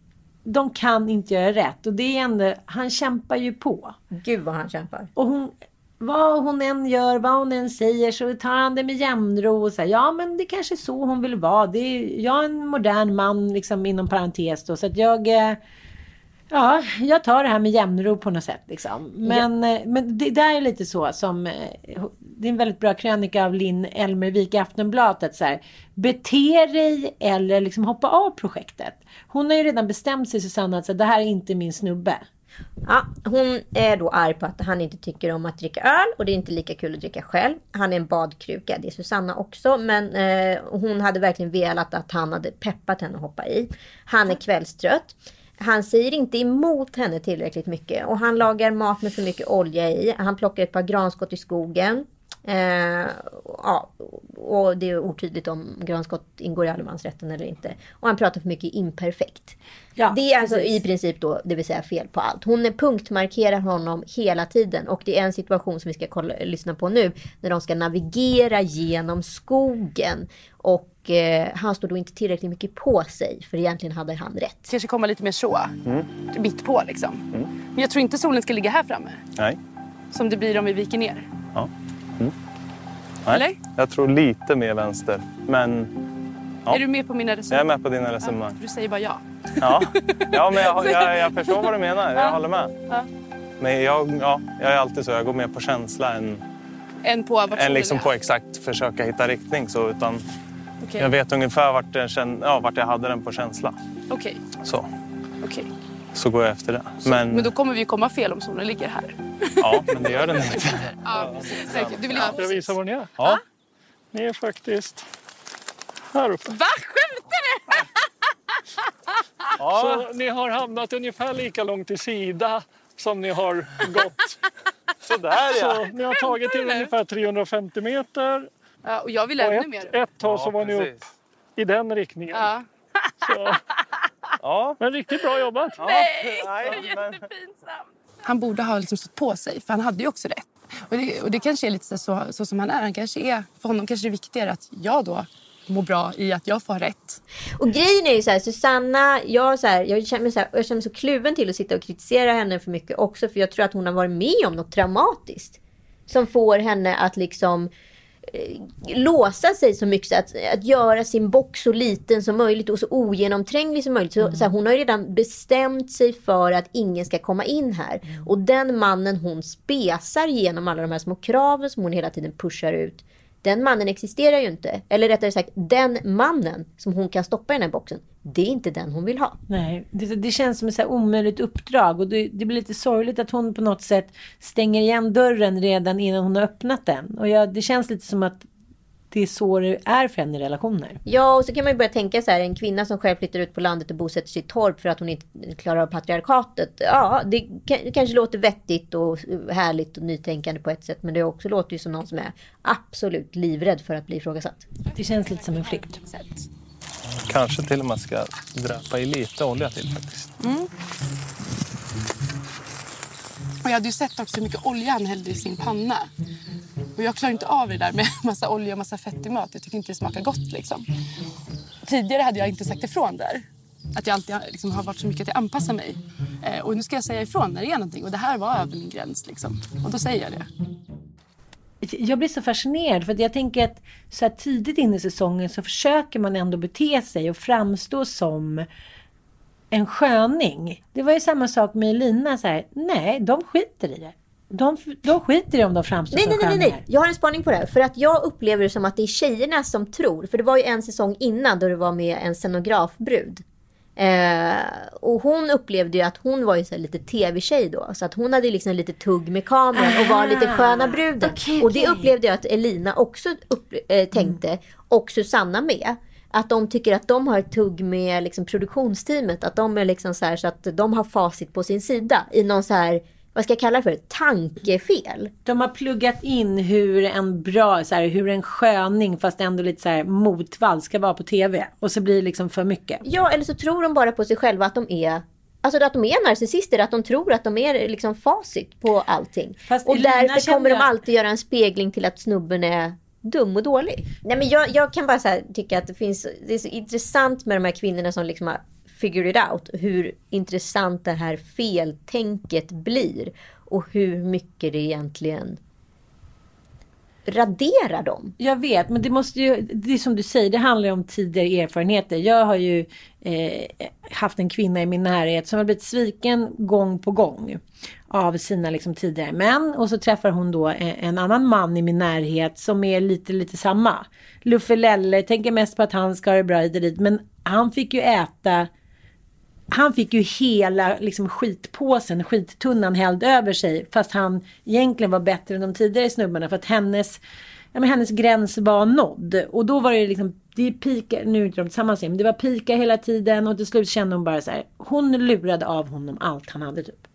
de kan inte göra rätt. Och det är ändå, han kämpar ju på. Gud vad han kämpar. Och hon, vad hon än gör, vad hon än säger, så tar han det med jämnro och säger, ja men det är kanske så hon vill vara. Det är, jag är en modern man liksom inom parentes då, så att jag... Ja, jag tar det här med jämnro på något sätt liksom. Men, ja. men det där är lite så som, det är en väldigt bra krönika av Linn Elmervik i Aftonbladet, så här, bete dig eller liksom hoppa av projektet. Hon har ju redan bestämt sig, Susanna, att så, det här är inte min snubbe. Ja, hon är då arg på att han inte tycker om att dricka öl, och det är inte lika kul att dricka själv. Han är en badkruka, det är Susanna också, men eh, hon hade verkligen velat att han hade peppat henne att hoppa i. Han är kvällstrött. Han säger inte emot henne tillräckligt mycket. Och han lagar mat med för mycket olja i. Han plockar ett par granskott i skogen. Eh, ja, och det är otydligt om granskott ingår i allemansrätten eller inte. Och han pratar för mycket imperfekt. Ja, det är alltså precis. I princip då, det vill säga fel på allt. Hon punktmarkerar honom hela tiden. Och det är en situation som vi ska kolla, lyssna på nu. När de ska navigera genom skogen. Och eh, han står då inte tillräckligt mycket på sig. För egentligen hade han rätt. Kanske komma lite mer så. Mm. Mitt på liksom. Mm. Men jag tror inte solen ska ligga här framme. Nej. Som det blir om vi viker ner. Ja. Mm. Nej, eller? Jag tror lite mer vänster. Men... Ja. Är du med på mina resonemang? Jag är med på dina resonemang. Ja, du säger bara ja. Ja, ja men jag, jag, jag förstår vad du menar. Jag ja. håller med. Ja. Men jag, ja, jag är alltid så. Jag går mer på känsla än... Än på vart än liksom på exakt försöka hitta riktning. Så, utan okay. Jag vet ungefär vart, den, ja, vart jag hade den på känsla. Okej. Okay. Så. Okej. Okay. Så går jag efter det. Så, men... men då kommer vi komma fel om solen ligger här. Ja, men det gör den inte. Ja, precis. Du vill ja. Jag visar var ni är. Ja. Ni är faktiskt här uppe. Va? Skämtar du? Ja. Så ni har hamnat ungefär lika långt till sida som ni har gått. Så där ja. Så ni har tagit till ungefär trehundrafemtio meter. Ja, och jag vill ännu ett, mer. Ett tag så ja, var ni upp i den riktningen. Ja. Så. Ja. Men riktigt bra jobbat. Ja. Nej, det är jättepinsamt. Han borde ha liksom stått på sig, för han hade ju också rätt. Och det, och det kanske är lite så, så som han är. Han kanske är, för honom kanske det är viktigare att jag då mår bra i att jag får rätt. Och grejen är ju så här, Susanna, jag, så här, jag, känner mig så här, jag känner mig så kluven till att sitta och kritisera henne för mycket också. För jag tror att hon har varit med om något traumatiskt. Som får henne att liksom... låsa sig så mycket, att, att göra sin box så liten som möjligt och så ogenomtränglig som möjligt. Så, mm. så här, hon har ju redan bestämt sig för att ingen ska komma in här. Mm. Och den mannen hon spesar genom alla de här små kraven som hon hela tiden pushar ut, den mannen existerar ju inte. Eller rättare sagt, den mannen som hon kan stoppa i den här boxen, det är inte den hon vill ha. Nej, det, det känns som ett så här omöjligt uppdrag. Och det, det blir lite sorgligt att hon på något sätt stänger igen dörren redan innan hon har öppnat den. Och jag, det känns lite som att det är så det är för henne i relationer. Ja, och så kan man ju börja tänka så här, en kvinna som själv flyttar ut på landet och bosätter sig i torp för att hon inte klarar av patriarkatet. Ja, det, det kanske låter vettigt och härligt och nytänkande på ett sätt, men det också låter ju som någon som är absolut livrädd för att bli ifrågasatt. Det känns lite som en flykt. Kanske till och med ska dräpa i lite olja till faktiskt. Mm. Och jag hade ju sett också hur mycket olja han hällde i sin panna. Och jag klarar inte av det där med massa olja och massa fett i mat. Jag tycker inte det smakar gott liksom. Tidigare hade jag inte sagt ifrån där. Att jag alltid liksom har varit så mycket att jag anpassar mig. Eh, och nu ska jag säga ifrån när det är någonting. Och det här var över min gräns liksom. Och då säger jag det. Jag blir så fascinerad för att jag tänker att så här tidigt in i säsongen så försöker man ändå bete sig och framstå som en sköning. Det var ju samma sak med Elina. Så här, nej, de skiter i det. De, de skiter i om de framstår nej, som nej, sköningar. Nej, nej, jag har en spaning på det här. För att jag upplever det som att det är tjejerna som tror. För det var ju en säsong innan då det var med en scenografbrud. Eh, och hon upplevde ju att hon var ju så här lite tv-tjej då. Så att hon hade liksom lite tugg med kameran och var lite sköna bruden. Okay, och det upplevde jag att Elina också upp, eh, tänkte. Mm. Och Susanna med. Att de tycker att de har ett tugg med liksom produktionsteamet. Att de är liksom så här så att de har facit på sin sida. I någon så här, vad ska jag kalla för, tankefel. De har pluggat in hur en bra, så här, hur en sköning fast ändå lite så här motvall ska vara på tv. Och så blir det liksom för mycket. Ja, eller så tror de bara på sig själva att de är, alltså att de är narcissister, att de tror att de är liksom facit på allting. Fast och Elina därför kommer jag... de alltid göra en spegling till att snubben är dum och dålig. Nej, men jag, jag kan bara så här tycka att det finns, det är så intressant med de här kvinnorna som liksom har figure it out. Hur intressant det här feltänket blir. Och hur mycket det egentligen raderar dem. Jag vet, men det måste ju, det är som du säger, det handlar ju om tidigare erfarenheter. Jag har ju eh, haft en kvinna i min närhet som har blivit sviken gång på gång av sina liksom tidigare män. Och så träffar hon då en, en annan man i min närhet som är lite, lite samma. Luffe Lelle, tänker mest på att han ska ha det bra hit och dit. Men han fick ju äta, han fick ju hela liksom skitpåsen, skittunnan hälld över sig. Fast han egentligen var bättre än de tidigare snubbarna. För att hennes, ja, men hennes gräns var nådd. Och då var det liksom, det pika, nu är inte de tillsammans, men det var pika hela tiden. Och till slut kände hon bara så här, hon lurade av honom allt han hade typ.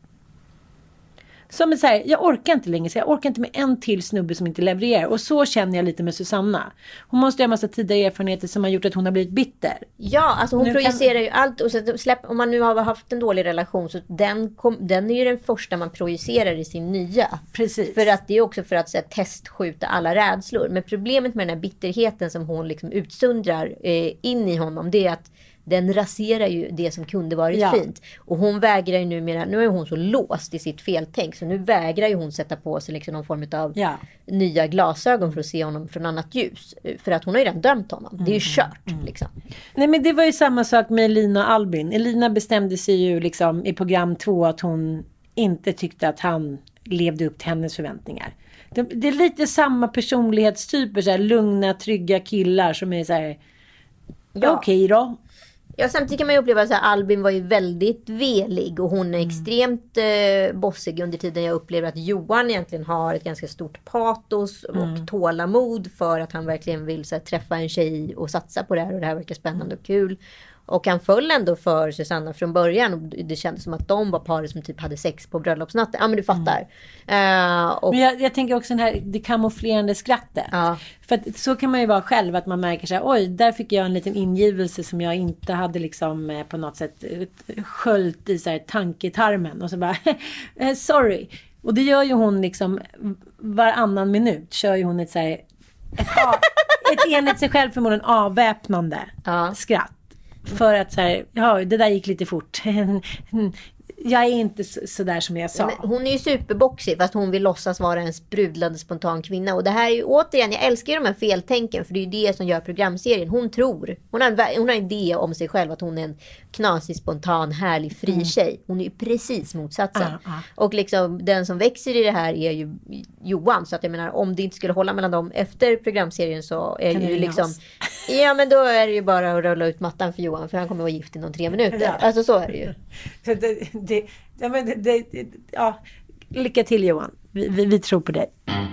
Som är så här, jag orkar inte längre, så jag orkar inte med en till snubbe som inte levererar. Och så känner jag lite med Susanna. Hon måste ha en massa tidigare erfarenheter som har gjort att hon har blivit bitter. Ja, alltså hon Nu projicerar kan... ju allt. Och så släpp, om man nu har haft en dålig relation, så den, kom, den är ju den första man projicerar i sin nya. Precis. För att det är också för att så här, testskjuta alla rädslor. Men problemet med den här bitterheten som hon liksom utsundrar eh, in i honom, det är att den raserar ju det som kunde varit ja. fint. Och hon vägrar ju numera, nu är hon så låst i sitt feltänk, så nu vägrar ju hon sätta på sig liksom någon form av ja. nya glasögon för att se honom från annat ljus. För att hon har ju redan dömt honom. Mm. Det är ju kört mm. liksom. Nej, men det var ju samma sak med Elina och Albin. Elina bestämde sig ju liksom i program två att hon inte tyckte att han levde upp till hennes förväntningar. Det, det är lite samma personlighetstyper, så här lugna, trygga killar som är så här, ja. okej då. Ja, samtidigt kan man ju uppleva att Albin var ju väldigt velig och hon är mm. extremt eh, bossig under tiden. Jag upplever att Johan egentligen har ett ganska stort patos och mm. tålamod för att han verkligen vill så här, träffa en tjej och satsa på det här, och det här verkar spännande och kul. Och han föll ändå för Susanna från början. Och det kändes som att de var paret som typ hade sex på bröllopsnatten. Ja, men du fattar. Mm. Uh, och... Men jag, jag tänker också den här, det kamouflerande skrattet. Ja. För att, så kan man ju vara själv, att man märker så här, oj, där fick jag en liten ingivelse som jag inte hade liksom eh, på något sätt sköljt i så här tanketarmen. Och så bara, sorry. Och det gör ju hon liksom varannan minut. Kör ju hon ett så här, ett, av, ett enligt sig själv förmodligen avväpnande ja. skratt. För att så här, ja, det där gick lite fort. Jag är inte så, så där som jag sa. Men hon är ju superboxig, fast hon vill låtsas vara en sprudlande spontan kvinna. Och det här är ju återigen, jag älskar ju de här feltänken, för det är ju det som gör programserien. Hon tror, hon har, hon har en idé om sig själv att hon är en knasig, spontan, härlig, fri mm. tjej. Hon är ju precis motsatsen. Uh, uh. Och liksom den som växer i det här är ju Johan. Så att jag menar, om det inte skulle hålla mellan dem efter programserien, så är det ju liksom oss? Ja, men då är det ju bara att rulla ut mattan för Johan, för han kommer att vara gift inom tre minuter. Ja. Alltså så är det ju. det, det, ja, men det, det, ja. Lycka till Johan. Vi, vi, vi tror på dig.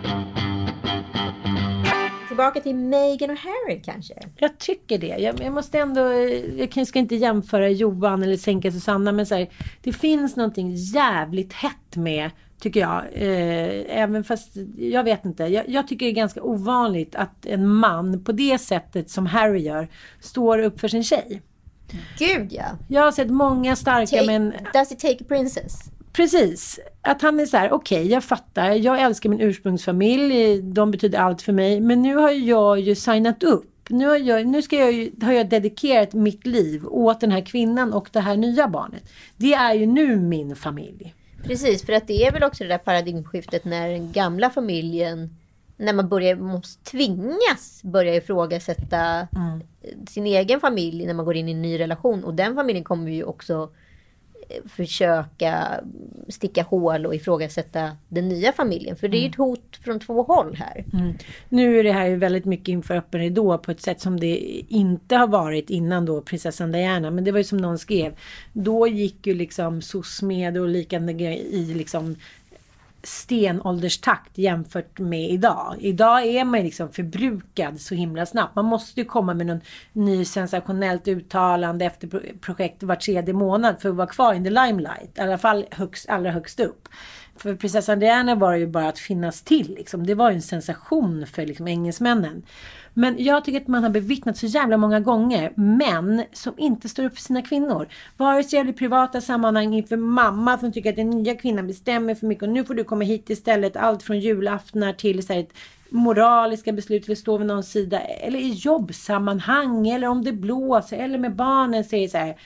Tillbaka till Meghan och Harry kanske? Jag tycker det. Jag, jag måste ändå, jag kanske ska inte jämföra Johan eller sänka Susanna, men så här, det finns någonting jävligt hett med, tycker jag. Eh, även fast, jag vet inte. Jag, jag tycker det är ganska ovanligt att en man på det sättet som Harry gör står upp för sin tjej. Gud, ja. Jag har sett många starka take, men... Does it take a princess? Precis. Att han är så här, okej, okay, jag fattar. Jag älskar min ursprungsfamilj. De betyder allt för mig. Men nu har jag ju signat upp. Nu har jag, nu ska jag ju, har jag dedikerat mitt liv åt den här kvinnan och det här nya barnet. Det är ju nu min familj. Precis, för att det är väl också det där paradigmskiftet när den gamla familjen, när man börjar, måste tvingas börja ifrågasätta mm. sin egen familj när man går in i en ny relation. Och den familjen kommer ju också försöka sticka hål och ifrågasätta den nya familjen. För det är ju ett hot från två håll här. Mm. Nu är det här ju väldigt mycket inför öppen ridå på ett sätt som det inte har varit innan då prinsessan Diana. Men det var ju som någon skrev. Då gick ju liksom SOS-med och liknande i liksom stenålderstakt jämfört med idag. Idag är man liksom förbrukad så himla snabbt. Man måste ju komma med någon ny sensationellt uttalande efter projekt var tredje månad för att vara kvar in the limelight. I alla fall högst, allra högst upp. För prinsessan Diana var ju bara att finnas till. Liksom. Det var ju en sensation för liksom, engelsmännen. Men jag tycker att man har bevittnat så jävla många gånger män som inte står upp för sina kvinnor. Vare sig i privata sammanhang inför mamma som tycker att den nya kvinnan bestämmer för mycket och nu får du komma hit istället. Allt från julaftnar till så här, ett moraliska beslut för att stå vid någon sida. Eller i jobbsammanhang eller om det blåser eller med barnen säger så här.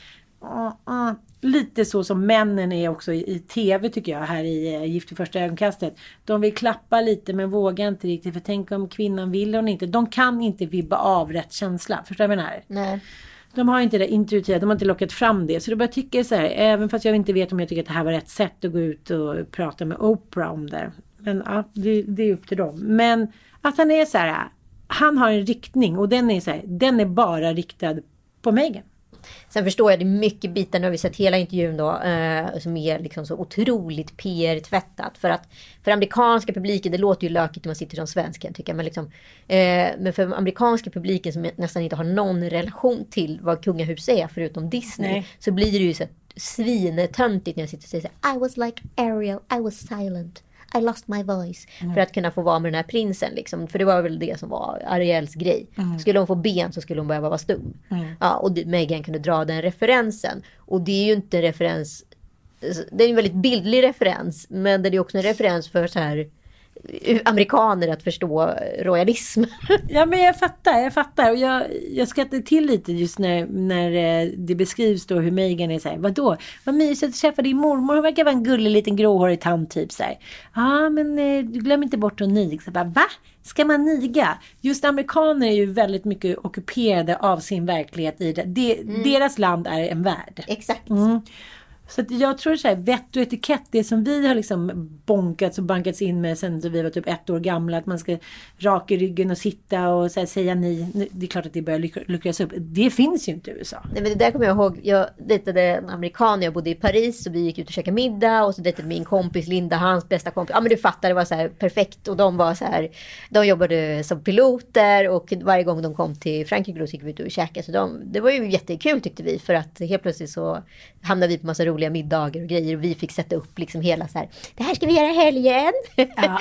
uh, uh. Lite så som männen är också i, i tv tycker jag här i uh, Gift i första ögonkastet. De vill klappa lite men vågar inte riktigt, för tänk om kvinnan vill och inte. De kan inte vibba av rätt känsla, förstår du vad jag menar? Nej. De har inte det intuitiva, de har inte lockat fram det. Så då bara tycker jag så här, även fast jag inte vet om jag tycker att det här var rätt sätt att gå ut och prata med Oprah om det. Men ja, det, det är upp till dem. Men att han är så här, han har en riktning och den är så här, den är bara riktad på Meghan. Sen förstår jag det mycket bitar, nu har vi sett hela intervjun då, eh, som är liksom så otroligt P R-tvättat. För att för amerikanska publiken, det låter ju lökigt när man sitter som svensk, tycker jag. Men, liksom, eh, men för amerikanska publiken som nästan inte har någon relation till vad kungahus är förutom Disney. Nej. Så blir det ju så svinetöntigt när jag sitter och säger så här, I was like Ariel, I was silent. I lost my voice. Mm. För att kunna få vara med den här prinsen. Liksom. För det var väl det som var Ariels grej. Mm. Skulle hon få ben så skulle hon behöva vara stum. Mm. Ja, och Meghan kunde dra den referensen. Och det är ju inte en referens. Det är en väldigt bildlig referens. Men det är också en referens för så här amerikaner att förstå royalism. Ja, men jag fattar, jag fattar. Och jag, jag skrattar till lite just när, när det beskrivs då hur Meghan är så här, vadå? Vad mysigt att träffa din mormor. Hon verkar vara en gullig liten gråhårig tant typ så här. Ja, men du glöm inte bort att niga. Så bara, va? Ska man niga? Just amerikaner är ju väldigt mycket ockuperade av sin verklighet i det. det mm. Deras land är en värld. Exakt. Mm. Så att jag tror så här, vett och etikett, det som vi har liksom bonkats och bankats in med sen så vi var typ ett år gamla, att man ska raka ryggen och sitta och så här, säga ni, det är klart att det börjar luckras upp. Det finns ju inte i U S A. Nej, men det där kommer jag ihåg, jag dejtade en amerikan, jag bodde i Paris och vi gick ut och käkade middag och så dejtade min kompis Linda, hans bästa kompis. Ja, men du fattar, det var så här perfekt och de var så här, de jobbade som piloter och varje gång de kom till Frankrike då gick vi ut och käkade, så de, det var ju jättekul tyckte vi, för att helt plötsligt så hamnade vi på massa roliga middagar och grejer och vi fick sätta upp liksom hela så här, det här ska vi göra helgen. Ja.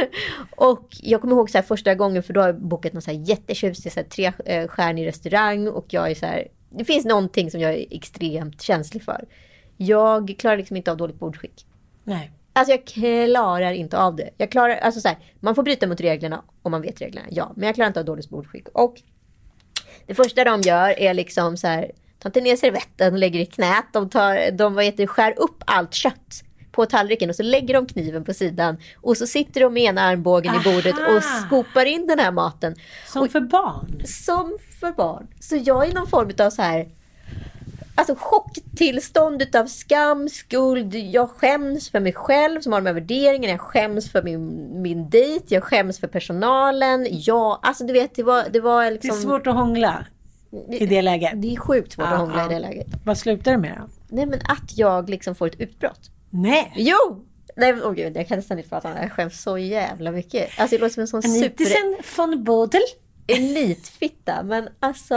Och jag kommer ihåg så här första gången, för då har jag bokat någon så här jättetjusig så här tre eh, stjärnig restaurang och jag är så här, det finns någonting som jag är extremt känslig för. Jag klarar liksom inte av dåligt bordskick. Nej. Alltså jag klarar inte av det. Jag klarar, alltså så här, man får bryta mot reglerna om man vet reglerna, ja. Men jag klarar inte av dåligt bordskick. Och det första de gör är liksom så här, ta inte ner servetten och lägger i knät. De, tar, de vad heter, skär upp allt kött på tallriken och så lägger de kniven på sidan. Och så sitter de med ena armbågen Aha. i bordet och skopar in den här maten. Som och, för barn? Som för barn. Så jag är någon form av så här, alltså chocktillstånd utav skam, skuld. Jag skäms för mig själv som har de här värderingarna. Jag skäms för min, min dejt. Jag skäms för personalen. Jag, alltså du vet, det var, det var liksom... Det är svårt att hångla i det läget. Det är sjukt svårt ja, att hångla ja. i det läget. Vad slutar det med då? Nej, men att jag liksom får ett utbrott. Nej. Jo! Nej, åh gud, jag kan nästan inte prata om det. Jag skäms så jävla mycket. Alltså det låter som en sån super... Anitisen von Bodel. Elitfitta, men alltså...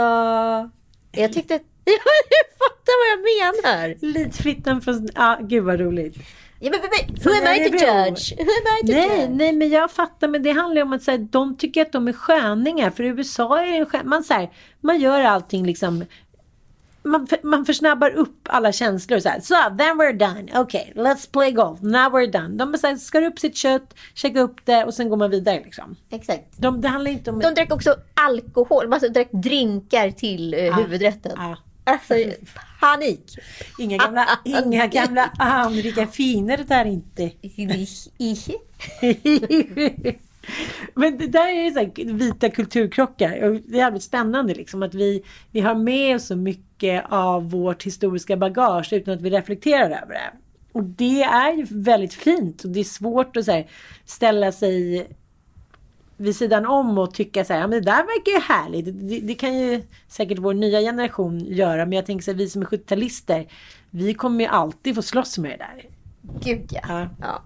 Jag tyckte... Jag fattar vad jag menar. Elitfittan från... Ja, gud vad roligt. Ja, men, men, who am I to judge? Who am I to nej, judge? nej, men jag fattar. Men det handlar om att så här, de tycker att de är sköningar. För i U S A är det en skön... Man, så här, man gör allting liksom... Man, man försnabbar upp alla känslor. Så, här, so, then we're done. Okay, let's play golf. Now we're done. De så här, skar upp sitt kött, checka upp det och sen går man vidare. Liksom. Exakt. De, det handlar inte om... De drack också alkohol. Alltså drack drinkar till uh, ah, huvudrätten. Ah. Alltså, panik. Inga gamla, inga gamla anrika finer det där inte. Men det där är så här vita kulturkrockar. Och det är jävligt spännande liksom, att vi, vi har med oss så mycket av vårt historiska bagage utan att vi reflekterar över det. Och det är ju väldigt fint. Och det är svårt att så här, ställa sig vid sidan om och tycka så här, ja, men det där verkar ju härligt. Det, det kan ju säkert vår nya generation göra. Men jag tänker så här, vi som är sjuttio-talister, vi kommer ju alltid få slåss med det där. Gud ja. Ja. Ja.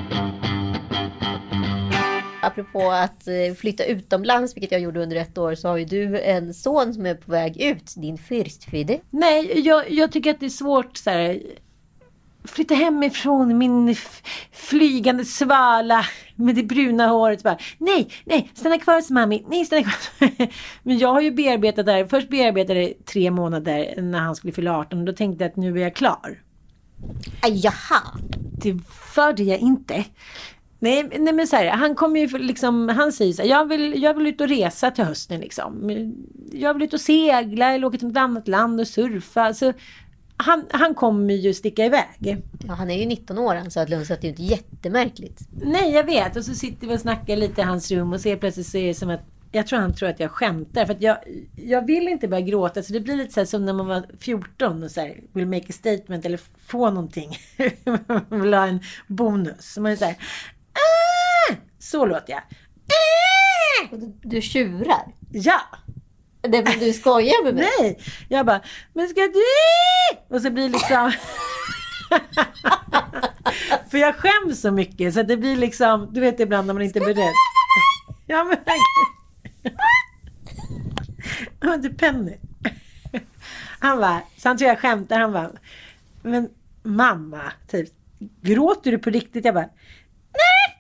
Apropå att flytta utomlands, vilket jag gjorde under ett år, så har ju du en son som är på väg ut, din fyrstfide. Nej, jag, jag tycker att det är svårt så här, flytta hemifrån min f- flygande svala med det bruna håret. Bara, nej, nej, stanna kvar hos mammi. Nej, stanna kvar. Men jag har ju bearbetat där. Först bearbetade det tre månader när han skulle fylla arton. Och då tänkte jag att nu är jag klar. Jaha. Det var det jag inte. Nej, nej men så här, han kommer ju liksom, han säger så här, jag vill, jag vill ut och resa till hösten liksom. Jag vill ut och segla eller åka till ett annat land och surfa. Så han, han kommer ju sticka iväg. Ja, han är ju nitton år, så att Lund, så att det är inte jättemärkligt. Nej, jag vet. Och så sitter vi och snackar lite i hans rum och ser plötsligt så är det som att jag tror han tror att jag skämtar. För att jag, jag vill inte börja gråta. Så det blir lite så här som när man var fjorton och så här, vill make a statement eller få någonting. Man vill ha en bonus. Så man är så här, ah! Så låter jag. Ah! Och du, du tjurar? Ja. Det, men du skojar med mig? Nej. Jag bara, men ska du? Och så blir det liksom... För jag skäms så mycket. Så att det blir liksom, du vet ibland när man inte är beredd. Ja, men han du Penny. Han var, så han tror jag skämtar, han var, men mamma, typ, gråter du på riktigt? Jag bara, nej,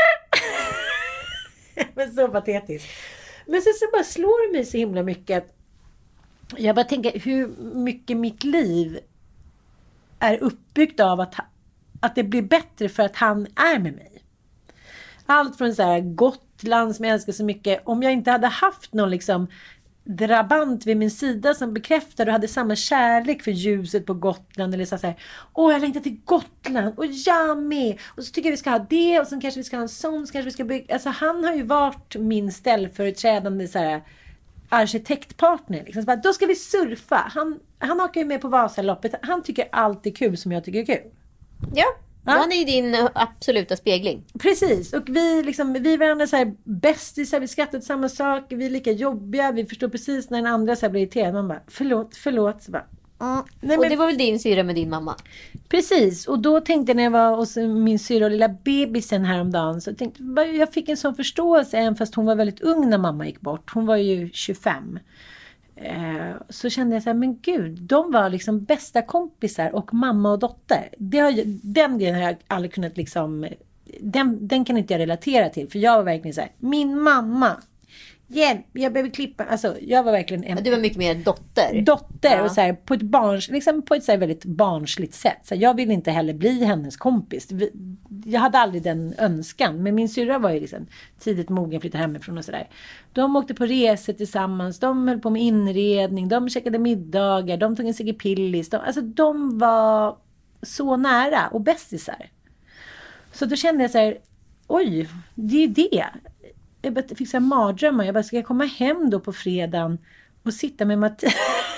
ja. Men så patetiskt. Men sen så bara slår det mig så himla mycket att jag bara tänker hur mycket mitt liv är uppbyggt av att, att det blir bättre för att han är med mig. Allt från så här Gotland som jag älskar så mycket. Om jag inte hade haft någon liksom drabant vid min sida som bekräftade och hade samma kärlek för ljuset på Gotland. Eller så här, åh jag längtar till Gotland och jag med. Och så tycker jag vi ska ha det och sen kanske vi ska ha en sån. Så kanske vi ska bygga. Alltså han har ju varit min ställföreträdande så här arkitektpartner. Liksom. Så bara, då ska vi surfa. Han, han åker ju med på Vasaloppet. Han tycker allt är kul som jag tycker är kul. Ja. Ja. Han är ju din absoluta spegling. Precis, och vi liksom, vi varandra så här bästisar, vi skrattar åt samma sak, vi är lika jobbiga, vi förstår precis när den andra så här blir irriterad. Man bara, förlåt, förlåt. Så bara, mm. Nej, och men... det var väl din syra med din mamma? Precis, och då tänkte jag när jag var hos min syra och lilla bebisen häromdagen, så tänkte jag fick en sån förståelse, även fast hon var väldigt ung när mamma gick bort. Hon var ju tjugofem. Eh, så kände jag så här, men gud, de var liksom bästa kompisar och mamma och dotter. Det har, den grejen har jag aldrig kunnat liksom, den, den kan inte jag relatera till, för jag var verkligen så här, min mamma, hjälp, jag behöver klippa, alltså jag var verkligen en, du var mycket mer dotter. Dotter, ja. Och så här, på ett barns, liksom på ett så här väldigt barnsligt sätt. Så här, jag ville inte heller bli hennes kompis. Jag hade aldrig den önskan. Men min syrra var ju liksom tidigt mogen, flyttade hemifrån och sådär. De åkte på resor tillsammans. De höll på med inredning. De käkade middagar. De tog en Sigge Pillis. De, alltså de var så nära och bästisar. Så då kände jag så här, oj, det är ju det. Jag fick så här mardrömmar. Jag bara, ska jag komma hem då på fredagen och sitta med Mattias?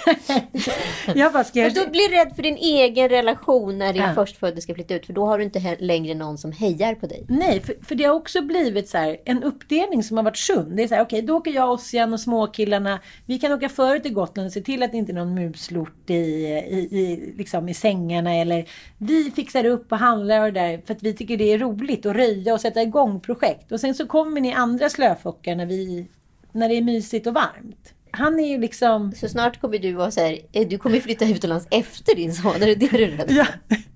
Jag bara, ska jag... Men du blir rädd för din egen relation när din ja. förstfödde ska flytta ut. För då har du inte he- längre någon som hejar på dig. Nej, för, för det har också blivit så här, en uppdelning som har varit sund. Det är så här, okej, okay, då åker jag, Ossian och småkillarna. Vi kan åka förut till Gotland och se till att det inte är någon muslort i, i, i, liksom i sängarna. Eller vi fixar upp och handlar och där för att vi tycker det är roligt att röja och sätta igång projekt. Och sen så kommer ni andra slöfockar när, vi, när det är mysigt och varmt. Han är ju liksom... Så snart kommer du och säger, du kommer flytta utomlands efter din son. Är det det du är rädd för? Ja.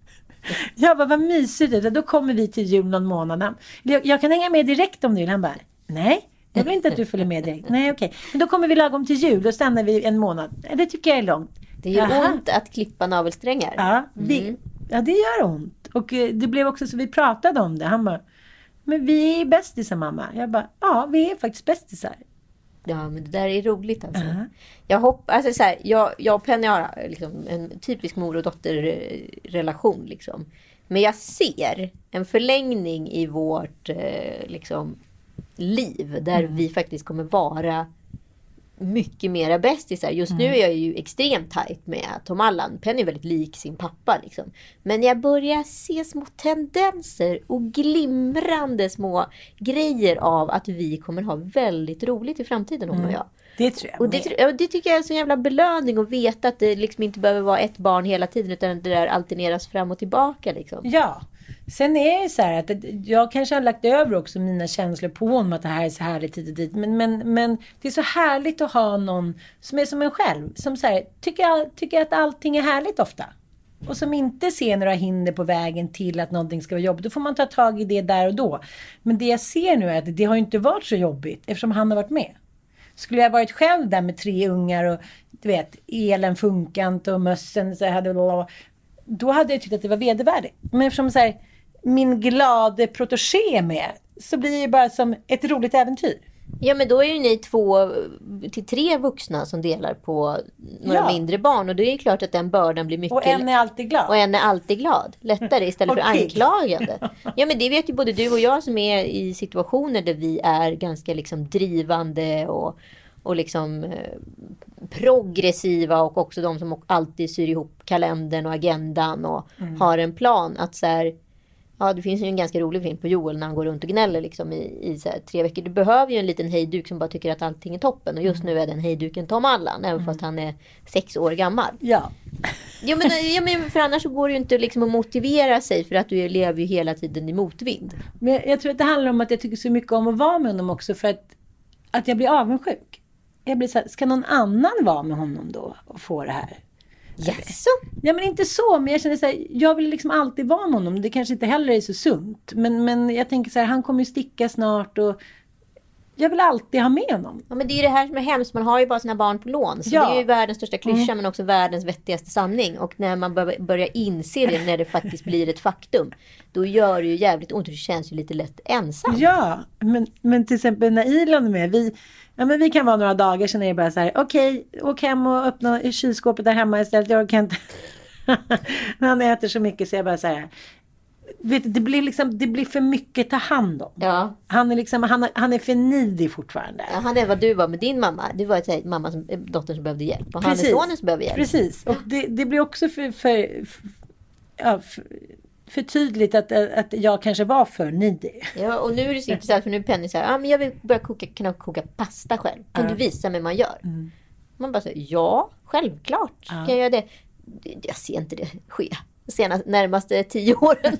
Jag bara, vad mysigt det. Då kommer vi till jul någon månad. Jag, jag kan hänga med direkt om du vill. Han bara, nej, jag vill inte att du följer med direkt. Nej, okej. Okay. Men då kommer vi lagom till jul. Då stannar vi en månad. Det tycker jag är långt. Det gör Aha. ont att klippa navelsträngar. Ja, vi, mm. ja, det gör ont. Och det blev också så vi pratade om det. Han bara, men vi är bästisar mamma. Jag bara, ja, vi är faktiskt bästisar. Ja, men det där är roligt alltså. Uh-huh. Jag hoppas, alltså så här, jag, jag och Penny har liksom en typisk mor- och dotterrelation liksom. Men jag ser en förlängning i vårt eh, liksom, liv där mm. vi faktiskt kommer vara mycket mera bästisar. Just mm. nu är jag ju extremt tajt med Tom Allan. Penny är väldigt lik sin pappa liksom. Men jag börjar se små tendenser och glimrande små grejer av att vi kommer ha väldigt roligt i framtiden, hon mm. och jag. Det tror jag. Och det, och det tycker jag är en sån jävla belöning att veta att det liksom inte behöver vara ett barn hela tiden, utan det där alterneras fram och tillbaka liksom. Ja. Sen är det så här att jag kanske har lagt över också mina känslor på honom att det här är så härligt hit och dit. Men, men, men det är så härligt att ha någon som är som en själv. Som så här, tycker, tycker att allting är härligt ofta. Och som inte ser några hinder på vägen till att någonting ska vara jobbigt. Då får man ta tag i det där och då. Men det jag ser nu är att det har inte varit så jobbigt eftersom han har varit med. Skulle jag varit själv där med tre ungar och du vet, elen funkant och mössen så hade då hade jag tyckt att det var vedervärdigt. Men eftersom så här, min glada protégé med, så blir det bara som ett roligt äventyr. Ja, men då är ju ni två till tre vuxna som delar på några ja. mindre barn. Och då är det klart att den bördan blir mycket... Och en är alltid glad. Och en är alltid glad. Lättare istället för anklagande. Ja, men det vet ju både du och jag som är i situationer där vi är ganska liksom drivande och, och liksom eh, progressiva. Och också de som alltid syr ihop kalendern och agendan och mm. har en plan. Att så här... Ja, det finns ju en ganska rolig film på Joel när han går runt och gnäller liksom i, i så här, tre veckor. Du behöver ju en liten hejduk som bara tycker att allting är toppen. Och just nu är den hejduken Tom Allan, även mm. fast han är sex år gammal. Ja. Ja, men, ja, men för annars så går det ju inte liksom att motivera sig för att du lever ju hela tiden i motvind. Men jag, jag tror att det handlar om att jag tycker så mycket om att vara med honom också för att, att jag blir avundsjuk. Jag blir så här, ska någon annan vara med honom då och få det här? Yes. Ja, men inte så, men jag känner så här, jag vill liksom alltid vara med honom. Det kanske inte heller är så sunt, men, men jag tänker så här, han kommer ju sticka snart och jag vill alltid ha med honom. Ja, men det är ju det här som är hemskt, man har ju bara sina barn på lån. Så ja. Det är ju världens största klyscha mm. men också världens vettigaste sanning. Och när man börjar inse det, när det faktiskt blir ett faktum, då gör det ju jävligt ont och det känns ju lite lätt ensam. Ja, men, men till exempel när Elon är med, vi, ja, men vi kan vara några dagar sen är det bara så här, okej, okay, åk hem och öppna kylskåpet där hemma istället. Jag kan inte... Han äter så mycket så jag bara så här... Vet, det blir liksom det blir för mycket ta hand om. Ja. Han är liksom han, han är för nidig fortfarande. Ja, han är vad du var med din mamma. Du var ett mamma som dottern som behövde hjälp och Precis. Han är sonen som behöver hjälp. Precis. Och det, det blir också för för, för, ja, för för tydligt att, att jag kanske var för nidig. Ja, och nu är det så intressant för nu är Penny så här, ja, men jag vill börja koka kunna koka pasta själv. Kan ja. du visa mig hur man gör? Mm. Man bara säger ja, självklart. Ja. Kan jag göra det? Jag ser inte det ske. Senast, närmaste tio åren.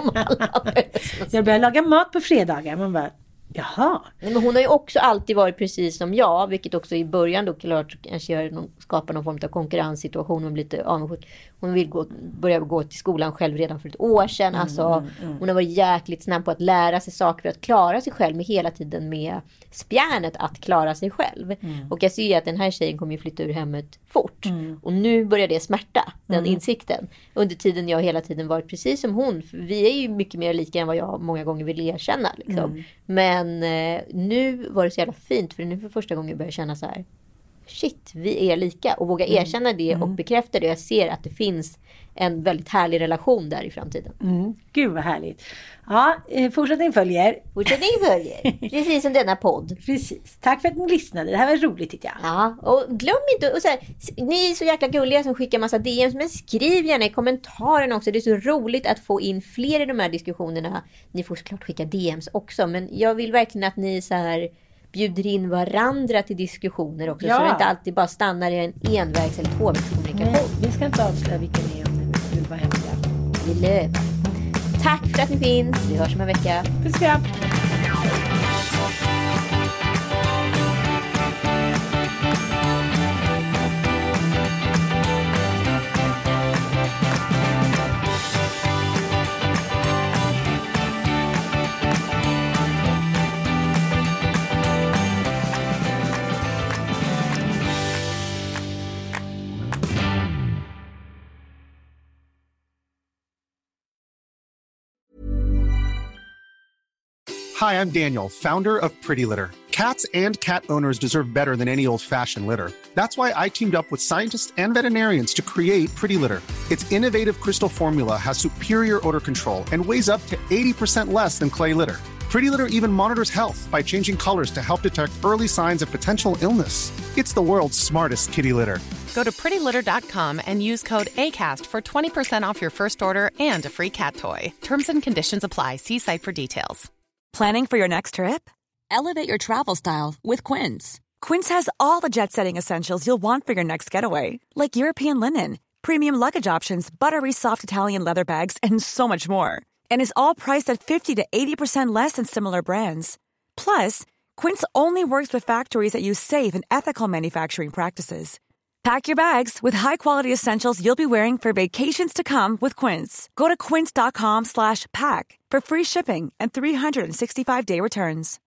Jag börjar laga mat på fredagar. Man bara, jaha. Nej, men hon har ju också alltid varit precis som jag. Vilket också i början då klart kanske gör någon, skapar någon form av konkurrenssituation. Hon blir lite avundsjuk. Hon vill gå, börja gå till skolan själv redan för ett år sedan. Mm, alltså, mm, mm. Hon har varit jäkligt snabb på att lära sig saker för att klara sig själv. Med hela tiden med spjärnet att klara sig själv. Mm. Och jag ser ju att den här tjejen kommer ju flytta ur hemmet fort. Mm. Och nu börjar det smärta, den mm. insikten. Under tiden jag hela tiden varit precis som hon. För vi är ju mycket mer lika än vad jag många gånger vill erkänna. Liksom. Mm. Men eh, nu var det så jävla fint. För nu för första gången börjar jag känna så här. Shit, vi är lika. Och våga erkänna mm. det och bekräfta det. Jag ser att det finns en väldigt härlig relation där i framtiden. Mm. Gud vad härligt. Ja, fortsättning följer. Fortsättning följer. Precis som denna podd. Precis. Tack för att ni lyssnade. Det här var roligt tycker jag. Ja, och glöm inte. Och så här, ni är så jäkla gulliga som skickar massa D Ms. Men skriv gärna i kommentarerna också. Det är så roligt att få in fler i de här diskussionerna. Ni får såklart skicka D Ms också. Men jag vill verkligen att ni så här bjuder in varandra till diskussioner också. Ja. Så det inte alltid bara stannar i en envägs- eller tvåvägskommunikation. Nej, vi ska inte avslöja vilka ni är om ni vill vara hemliga. Vi lövar. Tack för att ni finns. Vi hörs om en vecka. Puss kram. Hi, I'm Daniel, founder of Pretty Litter. Cats and cat owners deserve better than any old-fashioned litter. That's why I teamed up with scientists and veterinarians to create Pretty Litter. Its innovative crystal formula has superior odor control and weighs up to eighty percent less than clay litter. Pretty Litter even monitors health by changing colors to help detect early signs of potential illness. It's the world's smartest kitty litter. Go to pretty litter dot com and use code ACAST for twenty percent off your first order and a free cat toy. Terms and conditions apply. See site for details. Planning for your next trip? Elevate your travel style with Quince. Quince has all the jet-setting essentials you'll want for your next getaway, like European linen, premium luggage options, buttery soft Italian leather bags, and so much more. And is all priced at fifty to eighty percent less than similar brands. Plus, Quince only works with factories that use safe and ethical manufacturing practices. Pack your bags with high-quality essentials you'll be wearing for vacations to come with Quince. Go to quince dot com slash pack for free shipping and three sixty-five day returns.